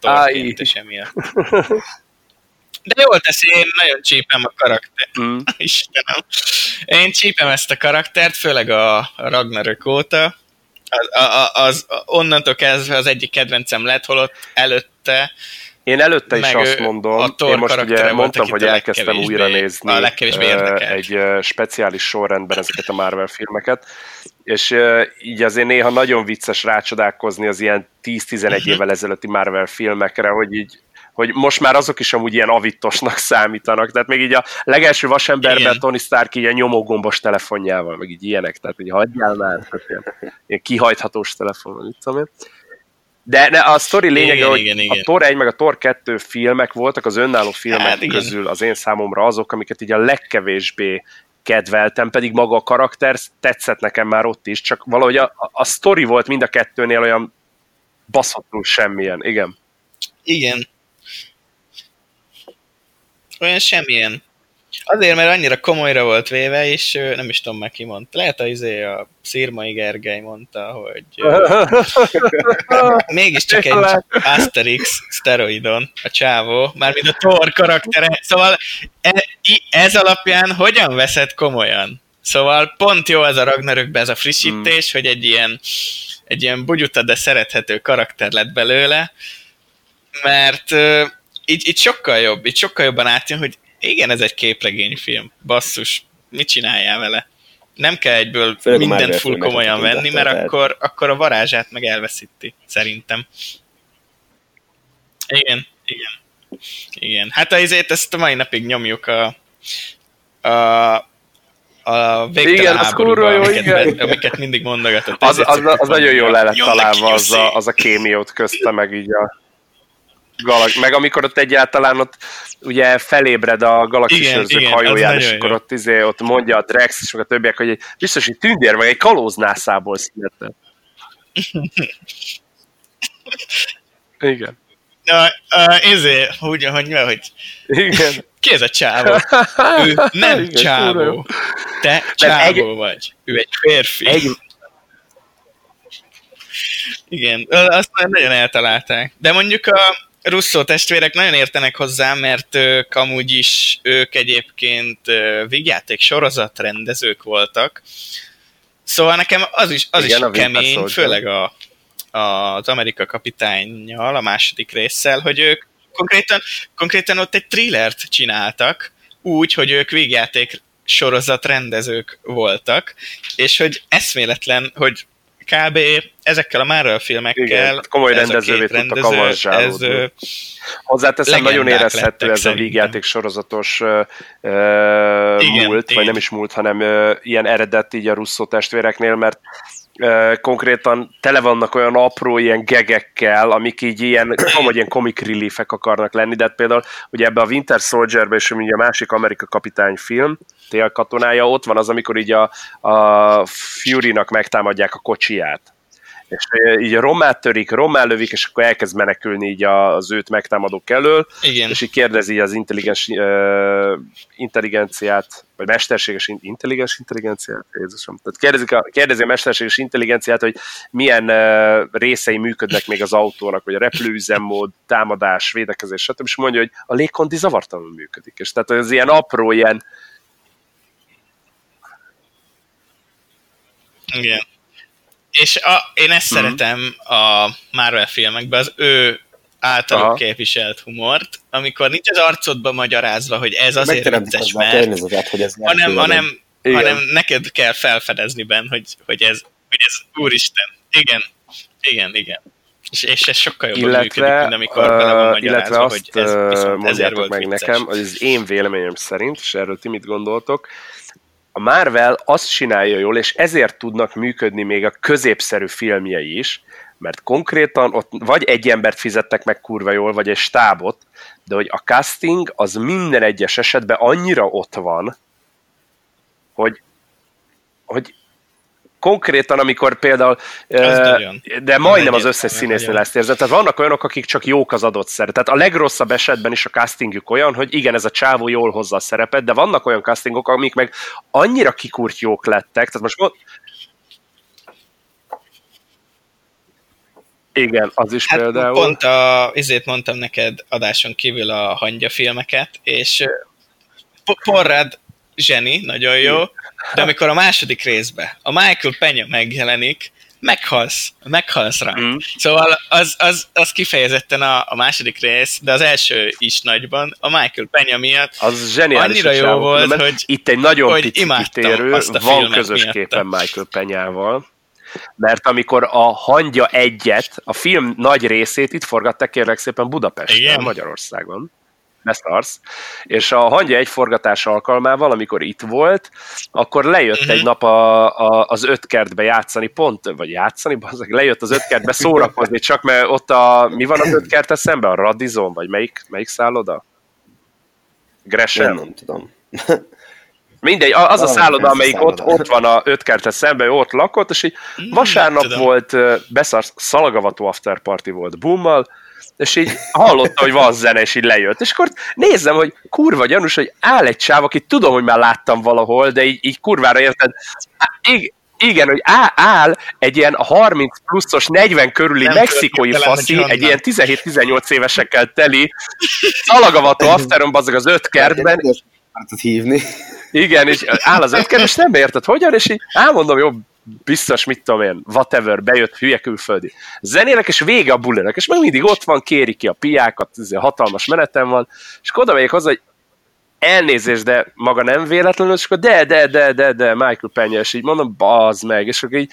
De jól teszi, én nagyon csípem a karakter. Istenem. Én csípem ezt a karaktert, főleg a Ragnarök óta. Onnantól kezdve az egyik kedvencem lett, holott előtte... Én előtte is azt mondom, én most ugye mondtam, hogy elkezdtem újra nézni egy speciális sorrendben ezeket a Marvel filmeket, és így azért néha nagyon vicces rácsodálkozni az ilyen 10-11 évvel ezelőtti Marvel filmekre, hogy most már azok is amúgy ilyen avittosnak számítanak, tehát még így a legelső Vasemberben Tony Stark ilyen nyomógombos telefonjával, meg így ilyenek, tehát így hagyjál már, ilyen kihajthatós telefon, mit tudom én. De a sztori lényege, hogy a Thor 1 meg a Thor 2 filmek voltak az önálló filmek közül az én számomra azok, amiket így a legkevésbé kedveltem, pedig maga a karakter tetszett nekem már ott is, csak valahogy a sztori volt mind a kettőnél olyan baszottul semmilyen, igen. Igen. Olyan semmilyen. Azért, mert annyira komolyra volt véve, és nem is tudom meg ki mondta. Lehet a Szirmai Gergely mondta, hogy mégiscsak egy Asterix szteroidon a csávó, mármint a Thor karaktere. Szóval ez alapján hogyan veszed komolyan? Szóval pont jó ez a Ragnarökben ez a frissítés, hogy egy ilyen bugyuta, de szerethető karakter lett belőle, mert így sokkal jobb, így sokkal jobban átjön, hogy igen, ez egy képregényfilm. Basszus, mit csináljál vele? Nem kell egyből mindent full komolyan venni, mert akkor a varázsát meg elveszíti, szerintem. Igen. Hát ezt a mai napig nyomjuk a végtelen háborúban, amiket mindig mondogatott. Az nagyon jól le lett találva az a kémiót közte, meg így meg amikor ott egyáltalán ott ugye felébred a galaxisőrzők hajóján, és akkor ott mondja a Drax és meg a többiek, hogy biztos egy tündér, meg egy kalóznászából született. Igen. Hogy igen. Ki ez a csávó? Ő nem igen, csávó. Te csávó vagy. Ő egy férfi. Igen, azt nagyon eltalálták. De mondjuk a Russo testvérek nagyon értenek hozzá, mert ők egyébként vígjáték sorozatrendezők voltak. Szóval nekem az is kemény, főleg az Amerika kapitánnyal, a második résszel, hogy ők konkrétan ott egy thrillert csináltak, úgy, hogy ők vígjáték sorozatrendezők voltak, és hogy eszméletlen, hogy kb. Ezekkel a Marvel filmekkel komoly rendezővé tudtak avanzsálódni. Hozzáteszem, nagyon érezhető ez a vígjáték sorozatos múlt, vagy nem is múlt, hanem ilyen eredet így a Russo testvéreknél, mert konkrétan tele vannak olyan apró ilyen gegekkel, amik így ilyen comic reliefek akarnak lenni, de hát például ugye ebbe a Winter Soldierbe és ugye a másik Amerika kapitány film, Télkatonája, ott van az, amikor így a Fury-nak megtámadják a kocsiját. És így rommá törik, rommá lövik, és akkor elkezd menekülni így az őt megtámadók elől, igen. És így kérdezi az intelligenciát, vagy mesterséges intelligenciát, Jézusom. Tehát kérdezi a mesterséges intelligenciát, hogy milyen részei működnek még az autónak, vagy a repülőüzemmód, támadás, védekezés, stb. És mondja, hogy a légkondi zavartalanul működik. És tehát ez ilyen apró, ilyen igen. És én ezt szeretem a Marvel filmekben, az ő általuk képviselt humort, amikor nincs az arcodban magyarázva, hogy ez azért vicces, mert hanem neked kell felfedezni benne, hogy ez úristen. Igen. És ez sokkal jobban működik, mint amikor bele van magyarázva, hogy ez viszont ezért volt meg vicces. nekem, hogy az én véleményem szerint, és erről ti mit gondoltok, a Marvel azt csinálja jól, és ezért tudnak működni még a középszerű filmjei is, mert konkrétan ott vagy egy embert fizettek meg kurva jól, vagy egy stábot, de hogy a casting az minden egyes esetben annyira ott van, hogy konkrétan, amikor például, de majdnem az összes színésznél ezt érzed, tehát vannak olyanok, akik csak jók az adott szerep. Tehát a legrosszabb esetben is a castingjuk olyan, hogy igen, ez a csávó jól hozza a szerepet, de vannak olyan castingok, amik meg annyira kikúrt jók lettek, tehát most igen, az is hát például. Pont ezért mondtam neked adáson kívül a hangya filmeket, és Porrad zseni, nagyon jó, de amikor a második részben a Michael Peña megjelenik, meghalsz rá. Szóval az kifejezetten a második rész, de az első is nagyban, a Michael Peña miatt az zseniális annyira jó volt, hogy itt egy nagyon pici kitérő, van közös képen Michael Peñával, mert amikor a Hangya egyet, a film nagy részét itt forgatták kérlek szépen Budapesten, Magyarországon. Beszarsz. És a Hangya egy forgatás alkalmával, amikor itt volt, akkor lejött egy nap az Ötkertbe játszani, lejött az Ötkertbe szórakozni, csak mert ott mi van az Ötkerttel szemben? A Radisson, vagy melyik szálloda? Gresham? Nem tudom. Mindegy, az a szálloda, amelyik ott van a Ötkerttel szemben, ő ott lakott, és így vasárnap volt, szalagavató afterparty volt Boommal, és így hallotta, hogy van zene, és így lejött. És akkor nézzem, hogy kurva gyanús, hogy áll egy csáv, akit tudom, hogy már láttam valahol, de így kurvára érted. Igen, hogy áll egy ilyen 30 pluszos, 40 körüli mexikói faszi, egy ilyen 17-18 évesekkel teli, szalagavató afteron bazzag az Ötkertben. Hívni. Igen, és áll az Ötkert, és nem érted hogyan, és így elmondom, jó, biztos, mit tudom én, whatever, bejött hülye külföldi. Zenének, és vége a bulinak, és meg mindig ott van, kéri ki a piákat, hatalmas menetem van, és akkor oda megyek hozzá, hogy elnézést, de maga nem véletlenül, és akkor de, Michael Peña, és így mondom, bazd meg, és akkor így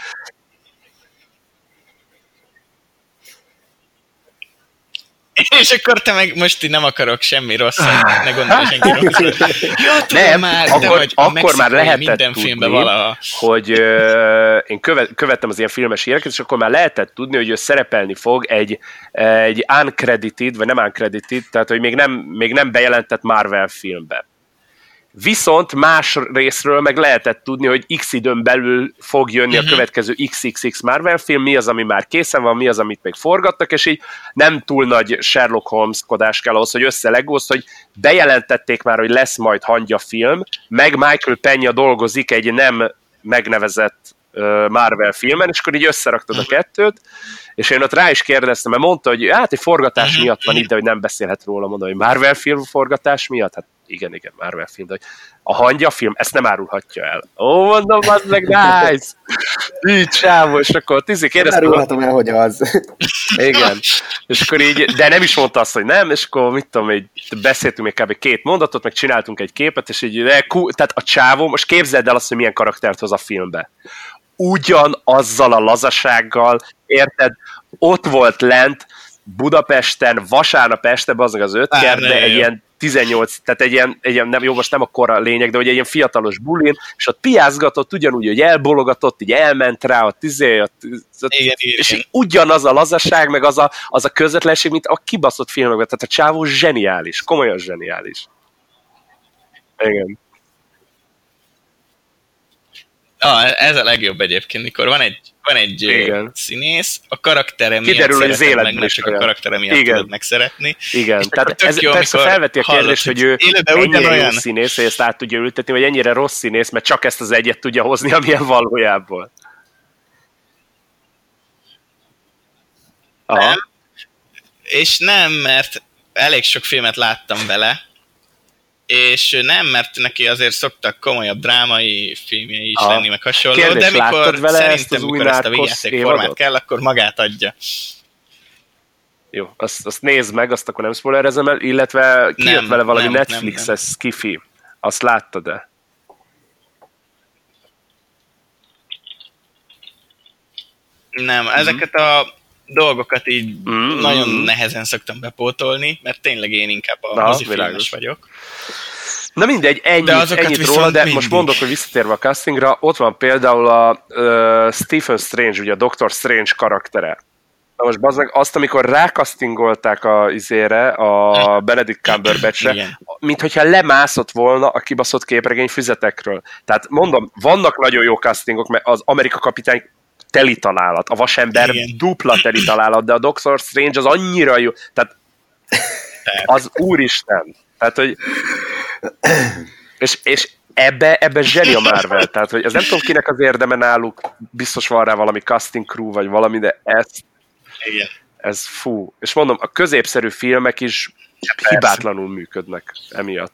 és akkor te meg most így nem akarok semmi rosszat, ne gondolj senki rosszat. Ja, tudom nem, már, akkor már lehetett minden tudni, valaha. hogy én követtem az ilyen filmes híreket, és akkor már lehetett tudni, hogy ő szerepelni fog egy uncredited, vagy nem uncredited, tehát hogy még nem bejelentett Marvel filmbe. Viszont más részről meg lehetett tudni, hogy X időn belül fog jönni a következő XXX Marvel film, mi az, ami már készen van, mi az, amit még forgattak, és így nem túl nagy Sherlock Holmes-kodás kell ahhoz, hogy összelegózz, hogy bejelentették már, hogy lesz majd Hangya film, meg Michael Peña dolgozik egy nem megnevezett Marvel filmen, és akkor így összeraktad a kettőt, és én ott rá is kérdeztem, mert mondta, hogy hát egy forgatás miatt van itt, de hogy nem beszélhet róla, mondom, hogy Marvel film forgatás miatt? Hát igen, Marvel film, de a Hangya film ezt nem árulhatja el. Ó, mondom, az meg nice! Így csávó, és akkor kérdeztem. Nem árulhatom el, hogy az. Igen. És akkor így, de nem is mondta azt, hogy nem, és akkor mit tudom, így beszéltünk még kb. 2 mondatot, meg csináltunk egy képet, és így, tehát a csávó, most képzeld el azt, hogy milyen karaktert hoz a filmbe. Ugyanazzal a lazasággal, érted, ott volt lent Budapesten, vasárnap este, az Ötkert, de egy ilyen 18, tehát egy ilyen nem, jó, most nem a kora lényeg, de hogy egy ilyen fiatalos bulin, és ott piázgatott, ugyanúgy, hogy elbologatott, így elment rá, igen, és így ugyanaz a lazaság, meg az a közvetlenség, mint a kibaszott filmekben, tehát a csávó zseniális, komolyan zseniális. Igen. Ez a legjobb egyébként, mikor van egy színész, a karaktere miatt kiderül, hogy az életben meg, csak a karaktere miatt tudod megszeretni. Igen, tehát ez jó, persze felveti a kérdést, hogy ő ennyire jó színész, hogy ezt át tudja ültetni, vagy ennyire rossz színész, mert csak ezt az egyet tudja hozni, amilyen valójában. Nem. És nem, mert elég sok filmet láttam vele, és nem, mert neki azért szoktak komolyabb drámai filmjei is lenni, meg hasonló, kérdés, de mikor vele szerintem, mikor ezt a vígjátékformát kell, akkor magát adja. Jó, azt nézd meg, azt akkor nem spoilerezem el, illetve kijött vele valami Netflixes skifi. Azt láttad-e? Nem, ezeket a dolgokat így nagyon nehezen szoktam bepótolni, mert tényleg én inkább a mozifilmes vagyok. Na mindegy, ennyit róla, de most mondok, hogy visszatérve a castingra, ott van például a Stephen Strange, ugye a Doctor Strange karaktere. Na most bazdmeg, azt, amikor rákasztingolták a Benedict Cumberbatchre, mint hogyha lemászott volna a kibaszott képregény füzetekről. Tehát mondom, vannak nagyon jó castingok, mert az Amerika kapitány teli találat, a Vasember dupla teli találat, de a Doctor Strange az annyira jó, tehát az úristen. Tehát, hogy és ebbe zseni a Marvel, tehát, hogy ez nem tudom kinek az érdeme náluk, biztos van rá valami casting crew, vagy valami, de ez fú. És mondom, a középszerű filmek is hibátlanul működnek emiatt.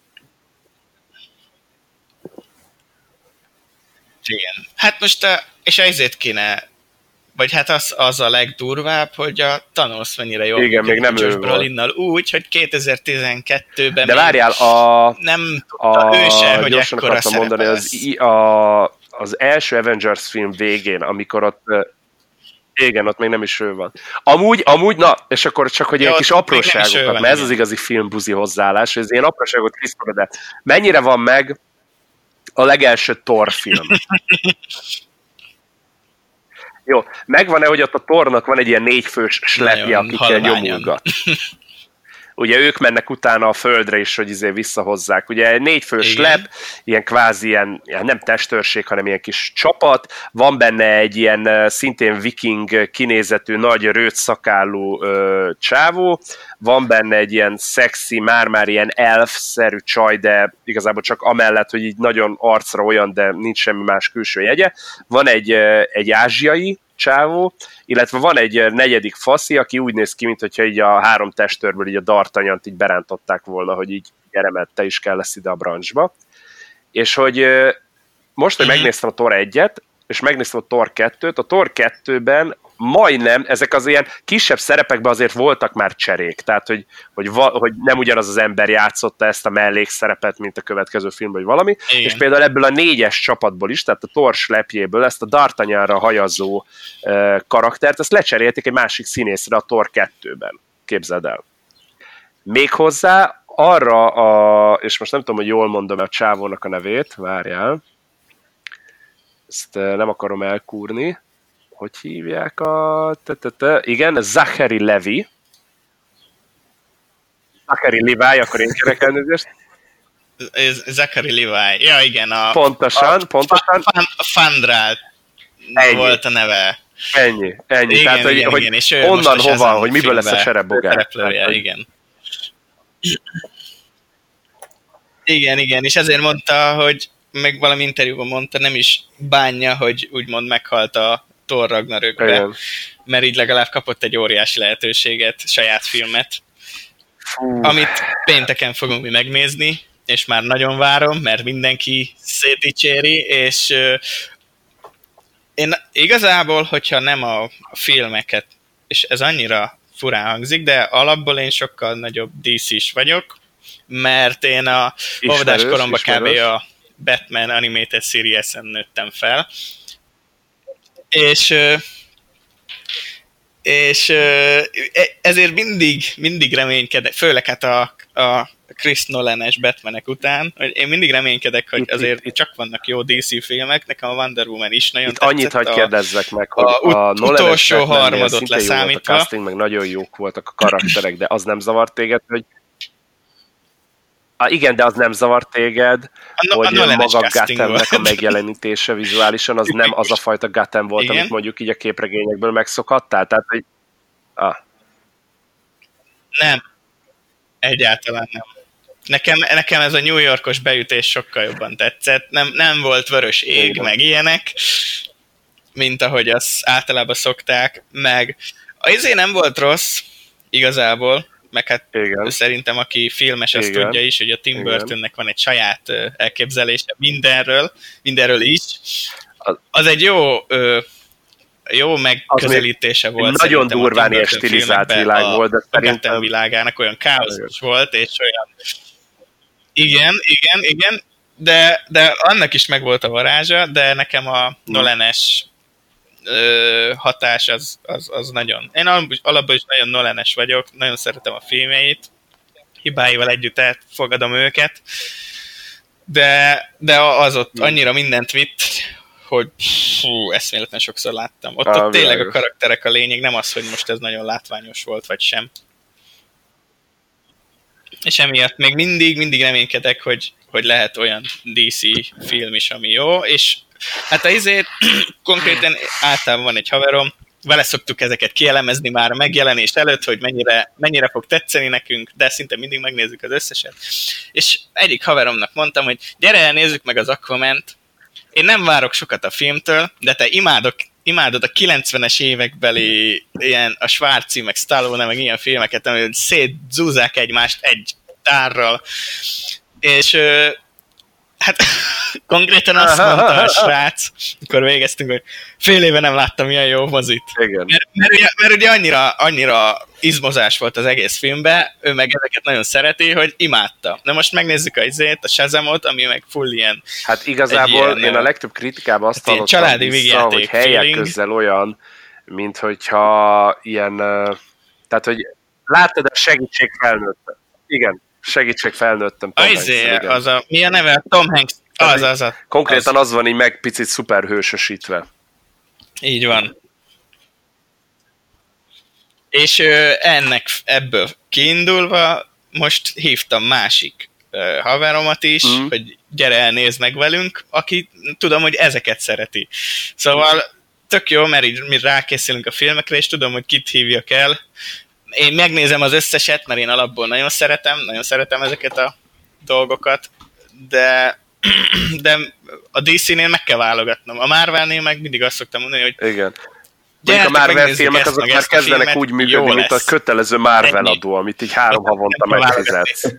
Igen. Hát most, és ezért kéne, vagy hát az a legdurvább, hogy a Thanos mennyire jól igen, még nem ő Brolinnal úgy, hogy 2012-ben de várjál, nem tudta ő se, hogy ekkora mondani, az első Avengers film végén, amikor ott igen, ott még nem is ő van. Amúgy, na, és akkor csak, hogy ilyen kis apróságokat, mert ez az igazi filmbuzi hozzáállás, hogy ez ilyen apróságot kiszpad, de mennyire van meg a legelső Thor film? Jó, megvan-e, hogy ott a Thornak van egy ilyen 4 fős slepje, akikkel nyomulgat? Ugye ők mennek utána a földre is, hogy visszahozzák. Ugye 4 fős slep, ilyen kvázi ilyen nem testőrség, hanem ilyen kis csapat. Van benne egy ilyen szintén viking kinézetű, nagy rőtszakálú csávó. Van benne egy ilyen szexi, már ilyen elf-szerű csaj, de igazából csak amellett, hogy így nagyon arcra olyan, de nincs semmi más külső jegye. Van egy ázsiai csávó, illetve van egy negyedik faszi, aki úgy néz ki, mintha így a 3 testőrből így a D'Artagnant így berántották volna, hogy így gyere, mert te is kell lesz ide a branchba. És hogy most, hogy megnéztem a Thor 1-et, és megnéztem a Thor 2-t, a Thor 2-ben majdnem, ezek az ilyen kisebb szerepekben azért voltak már cserék, tehát hogy nem ugyanaz az ember játszotta ezt a mellékszerepet, mint a következő filmben, vagy valami, igen. És például ebből a 4-es csapatból is, tehát a Thor slepjéből ezt a D'Artagnanra hajazó karaktert, ezt lecserélték egy másik színészre a Thor 2-ben, képzeld el. Méghozzá arra és most nem tudom, hogy jól mondom a csávónak a nevét, várjál, ezt nem akarom elkúrni, hogy hívják igen, Zachary Levi. Zachary Levi, akkor én kérek elnézést. Zachary Levi, ja igen. Pontosan. Fandral volt a neve. Ennyi. Igen, tehát, hogy igen, onnan hova, hogy miből lesz a serebbogár. Igen. Igen, és ezért mondta, hogy meg valami interjúban mondta, nem is bánja, hogy úgymond meghalt a Thor Ragnarökbe, mert így legalább kapott egy óriási lehetőséget, saját filmet, amit pénteken fogunk mi megnézni, és már nagyon várom, mert mindenki szétdicséri, és én igazából, hogyha nem a filmeket, és ez annyira furán hangzik, de alapból én sokkal nagyobb DC-s vagyok, mert én a óvodás koromban kb. A Batman Animated Series-en nőttem fel, és ezért mindig reménykedek, főleg hát a Chris Nolan-es Batmanek után, hogy én mindig reménykedek, hogy azért csak vannak jó DC filmek, nekem a Wonder Woman is nagyon tetszett. Annyit hadd kérdezzek meg, hogy a utolsó harmadot leszámítva. A casting, meg nagyon jók voltak a karakterek, de az nem zavart téged, hogy igen, de az nem zavart téged, hogy maga Gothamnek a megjelenítése vizuálisan, az nem az a fajta Gotham volt, igen? Amit mondjuk így a képregényekből megszokhattál? Tehát, hogy... Nem. Egyáltalán nem. Nekem ez a New Yorkos beütés sokkal jobban tetszett. Nem volt vörös ég, igen. Meg ilyenek, mint ahogy azt általában szokták, meg azért nem volt rossz, igazából, meg hát igen. Szerintem aki filmes, azt igen. Tudja is, hogy a Tim Burtonnek van egy saját elképzelése mindenről is. Az egy jó megközelítése volt. Nagyon durván és stilizált világ volt, de szerintem a világának olyan káoszos volt, és olyan... Igen, de annak is megvolt a varázsa, de nekem a Nolan-es hatás az nagyon... Én alapból is nagyon Nolan-es vagyok, nagyon szeretem a filmjeit, hibáival együtt elfogadom őket, de az ott annyira mindent vitt, hogy eszméletlen sokszor láttam. Ott tényleg a karakterek a lényeg, nem az, hogy most ez nagyon látványos volt, vagy sem. És emiatt még mindig reménykedek, hogy lehet olyan DC film is, ami jó, és hát konkrétan általában van egy haverom, vele szoktuk ezeket kielemezni már a megjelenés előtt, hogy mennyire fog tetszeni nekünk, de szinte mindig megnézzük az összeset. És egyik haveromnak mondtam, hogy gyere el, nézzük meg az Aquament. Én nem várok sokat a filmtől, de te imádod a 90-es évekbeli ilyen a Schwarzi, meg Stallone, meg ilyen filmeket, amely szétzúzzák egymást egy tárral. És hát konkrétan azt mondta a srác, amikor végeztünk, hogy fél éve nem láttam ilyen jó mozit. Igen. Mert ugye annyira izmozás volt az egész filmben, ő meg ezeket nagyon szereti, hogy imádta. Na most megnézzük a Shazamot, ami meg full ilyen... Hát igazából én a legtöbb kritikában azt hallottam vissza, hogy helyek közzel olyan, mint hogyha ilyen... Tehát, hogy láttad a segítség felnőttem. Igen. Segítség felnőttem. Mi a neve? Tom Hanks. Az. Konkrétan az van így meg picit szuperhősösítve. Így van. És ebből kiindulva most hívtam másik haveromat is, hogy gyere el, nézd meg velünk, aki tudom, hogy ezeket szereti. Szóval tök jó, mert így mi rákészülünk a filmekre, és tudom, hogy kit hívjak el. Én megnézem az összeset, mert én alapból nagyon szeretem ezeket a dolgokat, de a DC-nél meg kell válogatnom. A Marvelnél meg mindig azt szoktam mondani, hogy igen. A Marvel filmek azok már kezdenek úgy működni, mint a kötelező Marvel adó, amit így 3 havonta megfizetsz.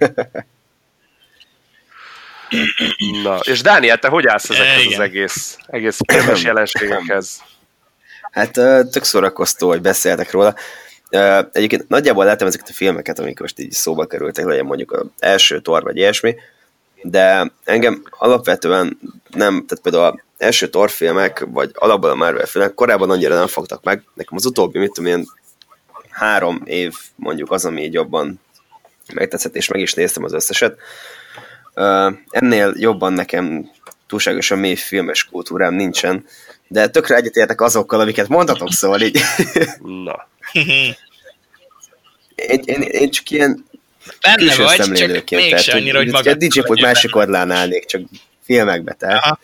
Na, és Dániel, te hogy állsz ezekhez az egész filmes jelenségekhez? Hát tök szórakoztó, hogy beszéltek róla. Egyébként nagyjából láttam ezeket a filmeket, amik most így szóba kerültek, legyen mondjuk az első Thor vagy ilyesmi, de engem alapvetően nem, tehát például az első Thor filmek, vagy alapból a Marvel filmek korábban annyira nem fogtak meg. Nekem az utóbbi, mit tudom, ilyen 3 év mondjuk az, ami így jobban megtetszett, és meg is néztem az összeset. Ennél jobban nekem túlságosan mély filmes kultúrám nincsen, de tökre egyetértek azokkal, amiket mondhatok, szóval így. Na. Én csak ilyen benne vagy, csak mégse annyira, hogy magad. DJ Pult másik oldalán állnék, csak filmekbe, tehát.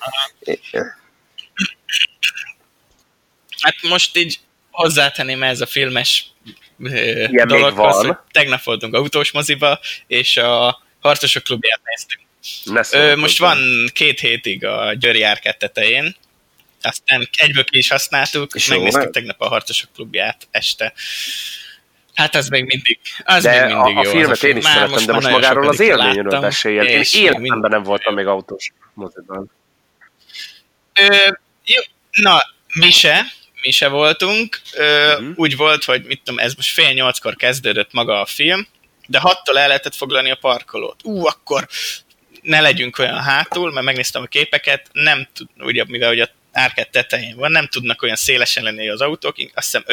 Hát most így hozzátenném ez a filmes ilyen dologhoz, hogy tegnap voltunk autós moziba, és a Harcosok klubját néztük. Most van 2 hétig a Győri Árkád tetején, aztán egyből ki is használtuk, és megnéztük tegnap a Harcosok klubját este. Hát az még mindig, jó. A filmet én is szeretem, de most magáról az élményről beszéljen. Én életemben nem voltam még autós moziban. Na, mi se voltunk. Úgy volt, hogy mit tudom, ez most 7:30-kor kezdődött maga a film, de 6-tól el lehetett foglalni a parkolót. Akkor ne legyünk olyan hátul, mert megnéztem a képeket, nem tud, ugye, mivel ugye a árkád tetején van, nem tudnak olyan szélesen lenni az autók, azt hiszem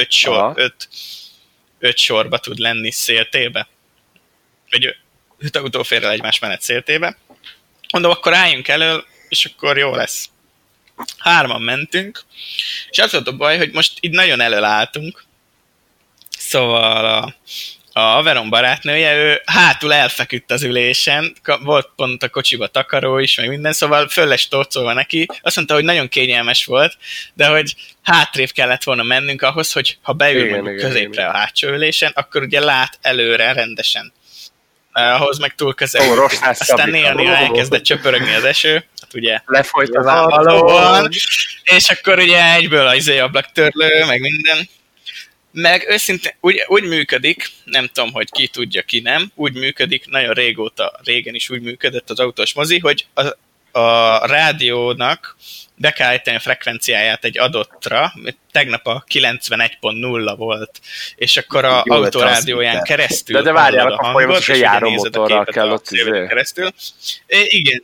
5 sorba tud lenni széltébe. Vagy 5 autó fér el egymás mellett széltébe. Mondom, akkor álljunk elől, és akkor jó lesz. 3-an mentünk, és az volt a baj, hogy most így nagyon elől álltunk. Szóval a haverom barátnője, ő hátul elfeküdt az ülésen, volt pont a kocsiba takaró is, meg minden, szóval föl lesz torcolva neki. Azt mondta, hogy nagyon kényelmes volt, de hogy hátrébb kellett volna mennünk ahhoz, hogy ha beül mondjuk középre a hátsó ülésen, akkor ugye lát előre rendesen. Ahhoz meg túl közel. Aztán néha elkezdett csöpörögni az eső, hát ugye lefolyt az állóan, és akkor ugye egyből az ablaktörlő, meg minden. Meg őszintén úgy működik, nem tudom, hogy ki tudja, ki nem, úgy működik, nagyon régen is úgy működött az autós mozi, hogy a rádiónak be kell állítani a frekvenciáját egy adottra, tegnap a 91.0 volt, és akkor a autórádióján keresztül de várjál, a folyamatosan járó motorral kell ott keresztül. Igen.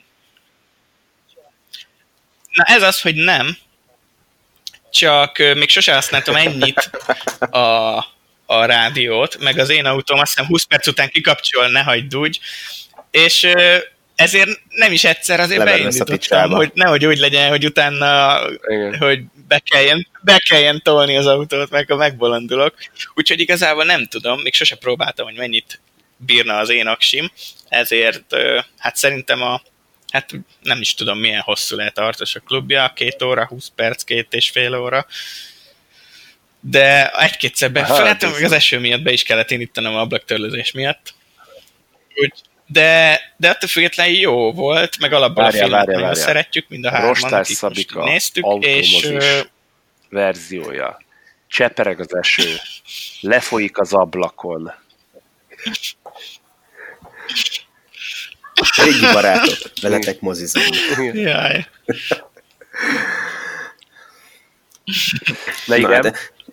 Na ez az, hogy nem, csak még sose használtam ennyit a rádiót, meg az én autóm azt hiszem 20 perc után kikapcsol, ne hagyd úgy, és ezért nem is egyszer azért beindítottam, hogy nehogy úgy legyen, hogy utána hogy be kelljen tolni az autót, meg megbolondulok. Úgyhogy igazából nem tudom, még sose próbáltam, hogy mennyit bírna az én aksim, ezért hát szerintem hát nem is tudom, milyen hosszú lehet tartós a klubja, 2 óra, 20 perc, 2,5 óra, de egy-kétszer felállt, meg az eső miatt be is kellett indítanom a ablaktörlözés miatt. De attól függetlenül jó volt, meg alapból a filmet nagyon szeretjük, mind a hárman, akik most néztük, és verziója. Csepereg az eső, lefolyik az ablakon. Régi barátok, veletek mozizom. Jaj. Na igen.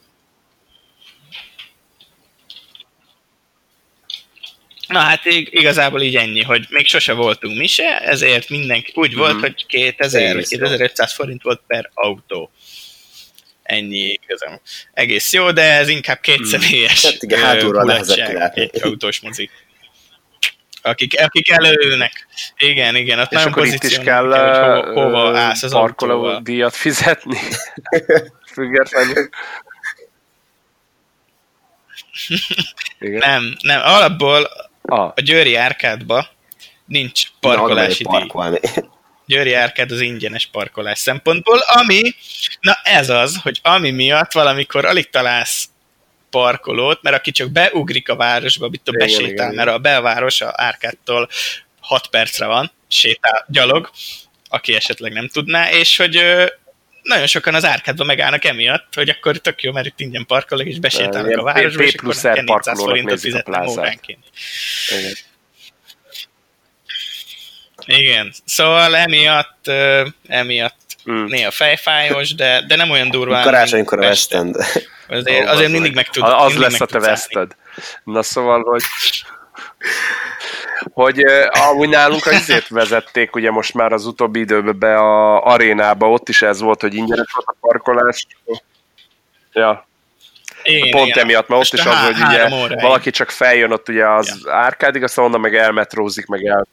Na hát igazából így ennyi, hogy még sose voltunk mi se, ezért mindenki úgy volt, hogy 2000 vagy 2500 forint volt per autó. Ennyi igazán. Egész jó, de ez inkább kétszemélyes mulatság, egy autós mozi. Akik előnek. Igen, ott és akkor itt is kell hogy hova állsz az parkoló díjat fizetni. Függetlenül. Nem, alapból a Győri Árkádba nincs parkolási díj. Győri Árkád az ingyenes parkolás szempontból, ez az, hogy ami miatt valamikor alig találsz parkolót, mert aki csak beugrik a városba, besétál, mert a belváros a Árkádtól 6 percre van, sétál, gyalog, aki esetleg nem tudná, és hogy nagyon sokan az Árkádban megállnak emiatt, hogy akkor tök jó, mert itt ingyen parkolok, és besétálnak a városba, és akkor nem kell 400 forintot fizetnem óránként. Igen, szóval emiatt néha fejfájos, de nem olyan durván. Karácsonykor a West End. Azért mindig meg tudod. Az lesz a te West End. Na szóval, hogy amúgy nálunk azért vezették, ugye most már az utóbbi időben be a arénába, ott is ez volt, hogy ingyenes volt a parkolás. Ja. Pont emiatt, mert ott is az, hogy ugye valaki csak feljön ott ugye az Árkádig, aztán onnan meg elmetrózik, meg el...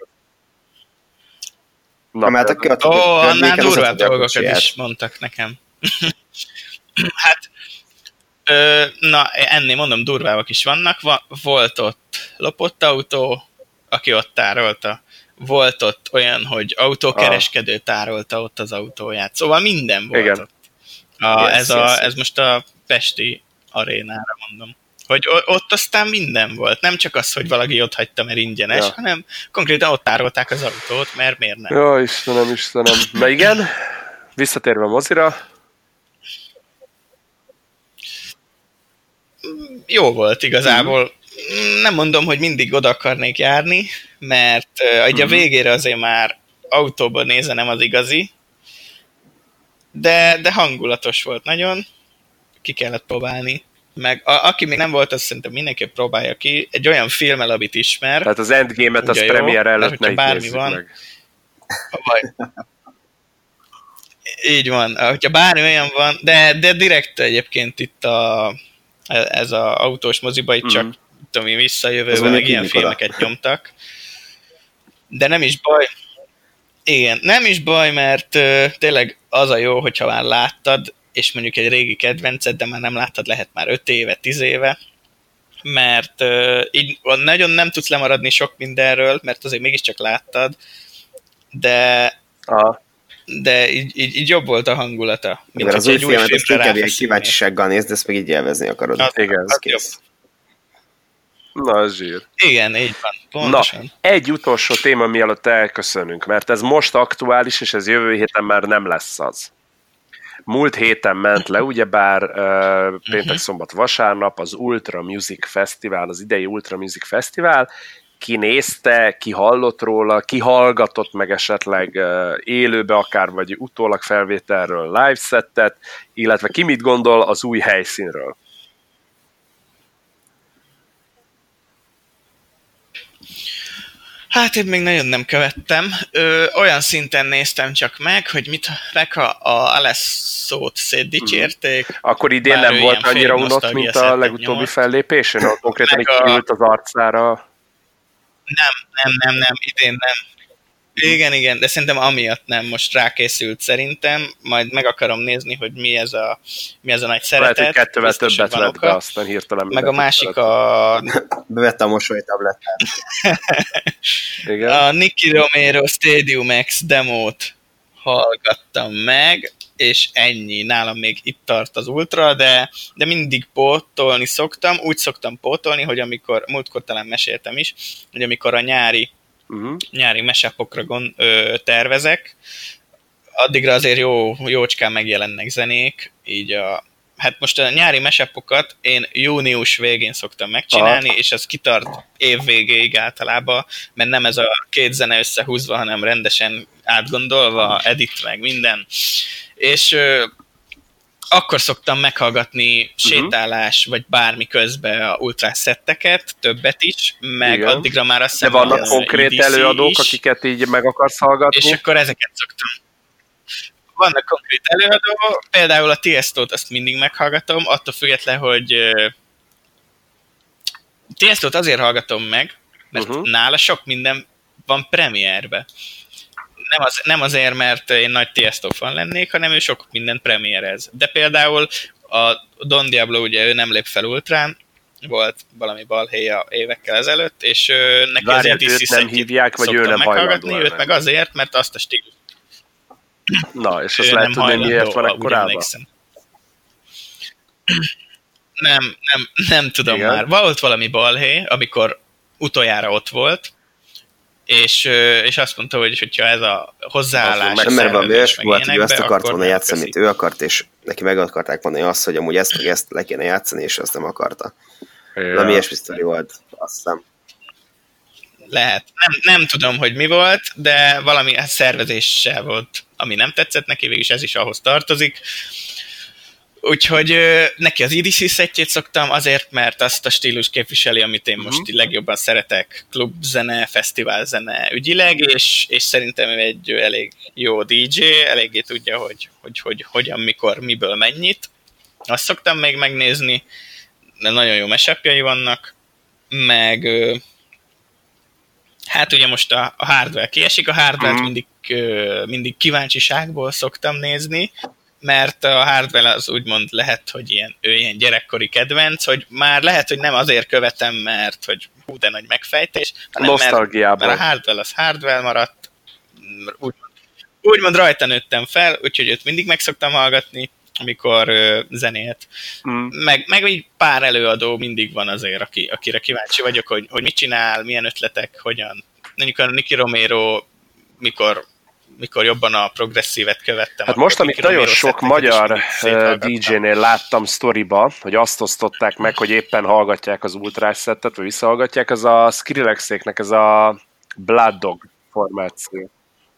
annál durvább dolgokat is mondtak nekem. Hát, ennél mondom, durvábbak is vannak. Volt ott lopott autó, aki ott tárolta. Volt ott olyan, hogy autókereskedő tárolta ott az autóját. Szóval minden volt. Igen. Ott. Ez most a pesti arénára mondom. Hogy ott aztán minden volt. Nem csak az, hogy valaki ott hagyta, mert ingyenes, hanem konkrétan ott tárolták az autót, mert miért nem. Ja, Istenem. Na igen, visszatérve a mozira. Jó volt igazából. Nem mondom, hogy mindig oda akarnék járni, mert a végére azért már autóban nézve nem az igazi, de hangulatos volt nagyon. Ki kellett próbálni. Meg aki még nem volt, azt szerintem mindenképp próbálja ki. Egy olyan filmmel, amit ismer. Tehát az Endgame-et az premiere előtt ne bármi van, meg. Így van. Hogyha bármi olyan van, de direkt egyébként itt ez az autós moziba itt csak tudom én, visszajövőben meg ilyen filmeket nyomtak. De nem is baj. Igen, nem is baj, mert tényleg az a jó, hogyha már láttad, és mondjuk egy régi kedvenced, de már nem láttad, lehet már 5 éve, 10 éve, mert így nagyon nem tudsz lemaradni sok mindenről, mert azért mégiscsak láttad, de így jobb volt a hangulata. Mint az új filmet, ezt inkább egy kíváncsisággal nézd, ezt meg így élvezni akarod. Igen, az kész. Na, ez zsír. Igen, így van, pontosan. Na, egy utolsó téma, mielőtt elköszönünk, mert ez most aktuális, és ez jövő héten már nem lesz az. Múlt héten ment le, ugyebár péntek, szombat, vasárnap az Ultra Music Festival, az idei Ultra Music Festival. Ki nézte, ki hallott róla, ki hallgatott meg esetleg élőbe akár, vagy utólag felvételről live settet, illetve ki mit gondol az új helyszínről? Hát én még nagyon nem követtem. Olyan szinten néztem csak meg, hogy a Alessót szétdicsérték. Akkor idén nem volt annyira unott, mint a legutóbbi fellépésen, ahol konkrétan így kiült az arcára. Nem, idén nem. Igen, de szerintem amiatt nem, most rákészült szerintem, majd meg akarom nézni, hogy mi ez a nagy szeretet. Lehet, hogy kettővel többet vett be, aztán hirtelen. Meg a másik Bevette a mosolytablettát. Igen. A Nicky Romero Stadium X demót hallgattam meg, és ennyi. Nálam még itt tart az Ultra, de mindig pótolni szoktam. Úgy szoktam pótolni, hogy amikor, múltkor talán meséltem is, hogy amikor a nyári mashup-okra tervezek, addigra azért jócskán megjelennek zenék, így hát most a nyári mashup-okat én június végén szoktam megcsinálni, és ez kitart év végéig általában, mert nem ez a két zene összehúzva, hanem rendesen átgondolva, edit meg minden. És akkor szoktam meghallgatni sétálás, vagy bármi közben a ultrás szetteket, többet is, meg igen. Addigra már azt hiszem, de vannak konkrét EDC előadók, is, akiket így meg akarsz hallgatni? És akkor ezeket szoktam. Vannak konkrét előadók, például a Tiestót azt mindig meghallgatom, attól független, hogy Tiestót azért hallgatom meg, mert nála sok minden van premierbe. Nem azért, mert én nagy Tiesto fan lennék, hanem ő sok mindent premierez. De például a Don Diablo, ugye ő nem lép fel ultrán, volt valami balhéja évekkel ezelőtt, és neki várjál, azért őt nem hívják, vagy ő nem meghallgatni, őt meg azért, mert azt a stílus. Na, és azt lehet tudni, miért van ekkorában? Nem tudom. Igen. Már. Volt valami balhé, amikor utoljára ott volt, és azt mondta, hogy hogyha ez a hozzáállás... Nem, mert valami olyasmi volt, hogy ő azt akart volna játszani, mint ő akart, és neki meg akarták mondani azt, hogy amúgy ezt le kéne játszani, és azt nem akarta. Ja. Valami ilyesmi sztori volt, azt hiszem. Lehet. Nem tudom, hogy mi volt, de valami szervezéssel volt, ami nem tetszett neki, végülis ez is ahhoz tartozik. Úgyhogy neki az EDC szettjét szoktam azért, mert azt a stílus képviseli, amit én most legjobban szeretek, klubzene, fesztiválzene ügyileg, és szerintem ő egy elég jó DJ, eléggé tudja, hogy hogyan, mikor, miből mennyit. Azt szoktam még megnézni, de nagyon jó mashup-jai vannak, meg hát ugye most a Hardwell kiesik, a Hardwell-t mindig kíváncsiságból szoktam nézni, mert a Hardwell az úgymond lehet, hogy ő ilyen gyerekkori kedvenc, hogy már lehet, hogy nem azért követem, mert hogy de nagy megfejtés, hanem mert a Hardwell az Hardwell maradt, úgymond rajta nőttem fel, úgyhogy őt mindig meg szoktam hallgatni, amikor zenélt. Meg így pár előadó mindig van azért, akire kíváncsi vagyok, hogy mit csinál, milyen ötletek, hogyan. Mondjuk a Nicky Romero, mikor jobban a progresszívet követtem. Hát most, amit nagyon sok magyar DJ-nél láttam sztoriba, hogy azt osztották meg, hogy éppen hallgatják az ultrás szettet, vagy visszahallgatják, az a Skrillexéknek ez a Blood Dog formáció.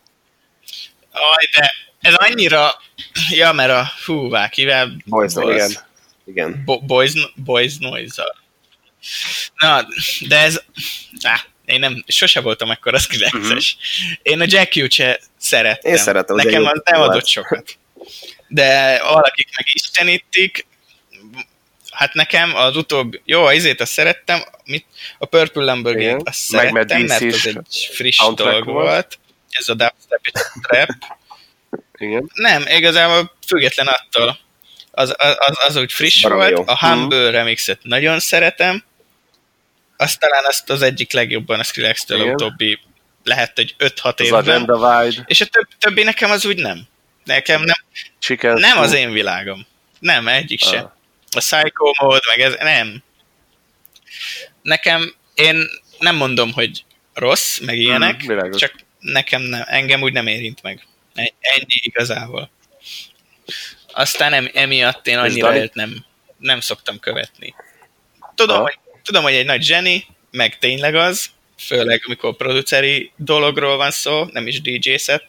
De ez annyira... Ja, mert a... kivel... Igen. Boys Noise-al. Na, de ez... Én sose voltam ekkor az Skrillexes. Én a Jack Hughes szerettem. Én szeretem. Nekem az nem adott sokat. De valakik meg istenítik. Hát nekem az utóbbi... Jó, azért azt szerettem. A Purple Lamborghini-t azt szerettem, mert az egy friss dolog volt. Ez a dubstep és a trap. Igen. Nem, igazából független attól. Az úgy friss volt. Jó. A Humble remixet nagyon szeretem. Azt talán az egyik legjobban a Skrillex-től utóbbi lehet, hogy 5-6 évben. És a többi nekem az úgy nem. Nekem nem az én világom. Nem, egyik sem. A Psycho Mode, meg ez, nem. Nekem, én nem mondom, hogy rossz, meg ilyenek, csak nekem nem, engem úgy nem érint meg. Ennyi igazából. Aztán emiatt én annyira élt nem szoktam követni. Tudom, hogy egy nagy zseni, meg tényleg az, főleg amikor produceri dologról van szó, nem is DJ-szett,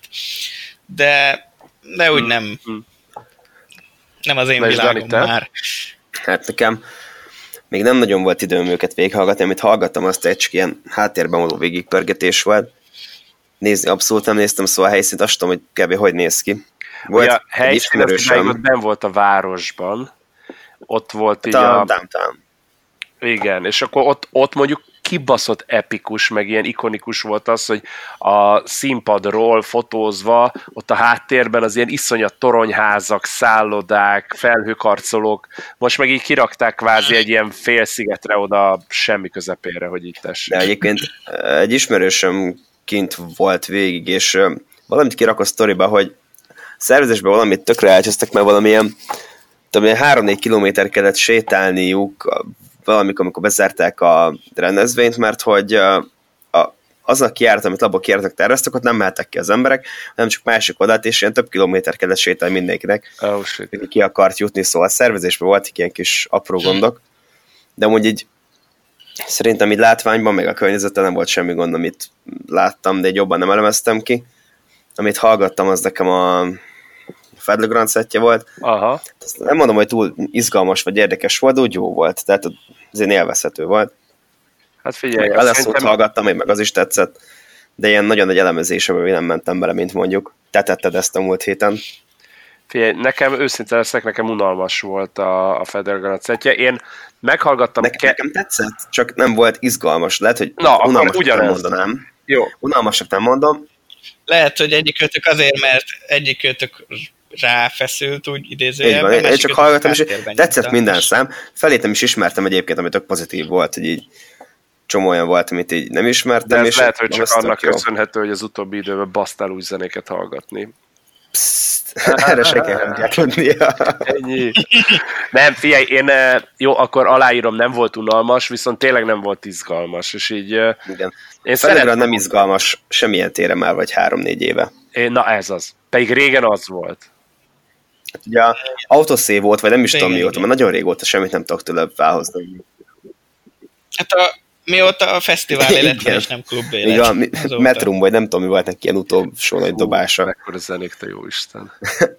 de úgy nem az én világom már. Hát nekem még nem nagyon volt időm őket végighallgatni, amit hallgattam, azt egy csak ilyen háttérben való végigpörgetés volt. Nézni abszolút nem néztem, szóval a helyszínt azt tudom, hogy kb. Hogy néz ki. Volt a helyszín nem volt a városban, ott volt így downtown. Igen, és akkor ott mondjuk kibaszott epikus, meg ilyen ikonikus volt az, hogy a színpadról fotózva, ott a háttérben az ilyen iszonyat toronyházak, szállodák, felhőkarcolók, most meg így kirakták kvázi egy ilyen félszigetre oda semmi közepére, hogy itt tessék. De egyébként egy ismerősöm kint volt végig, és valamit kirak a sztoriba, hogy szervezésben valamit tökre elcsesztek, mert valamilyen 3-4 kilométer kellett sétálniuk valamikor, amikor bezárták a rendezvényt, mert hogy az a kijárat, amit abból kijáratok terveztek, ott nem mehettek ki az emberek, hanem csak másik oldalt, és ilyen több kilométer kellett sétálni mindenkinek, aki ki akart jutni, szóval a szervezésben voltak ilyen kis apró gondok, de amúgy így szerintem így látványban, meg a környezeten nem volt semmi gond, amit láttam, de egy jobban nem elemeztem ki. Amit hallgattam, az nekem a Battleground szettje volt. Aha. Nem mondom, hogy túl izgalmas vagy érdekes volt, de úgy jó volt, tehát azért élvezhető volt. Hát figyelj, szerintem... hallgattam, meg az is tetszett, de ilyen nagyon nagy elemezéseből nem mentem bele, mint mondjuk. Te tetted ezt a múlt héten. Figyelj, nekem őszinte leszek, nekem unalmas volt a Battleground szettje. Én meghallgattam... Nekem tetszett, csak nem volt izgalmas. Lehet, hogy unalmasnak nem mondanám. Jó. Unalmasnak nem mondom. Lehet, hogy egyikőtök azért, mert egyikőtök ráfeszült, úgy idézőjelben. Én csak hallgattam, és tetszett minden szám. Felét nem is ismertem egyébként, ami tök pozitív volt, hogy így csomó olyan volt, amit így nem ismertem. De ez és lehet, hogy csak annak köszönhető, hogy az utóbbi időben basztál új zenéket hallgatni. Erre se kell tudnia. Ennyi. Nem, figyelj, jó, akkor aláírom, nem volt unalmas, viszont tényleg nem volt izgalmas, és így... Igen. Én nem izgalmas semmilyen téren már vagy 3-4 éve. Na ez az. Pedig régen az volt. Ugye autoszév volt, vagy nem is tudom mióta, mert nagyon régóta semmit nem tudok tőle felhozni. Hát mióta a fesztivál élet van, és nem klub élet. Igen, Metrum, vagy nem tudom, mi volt neki ilyen utolsó nagy dobása. Mekkora zenék, te jó Isten.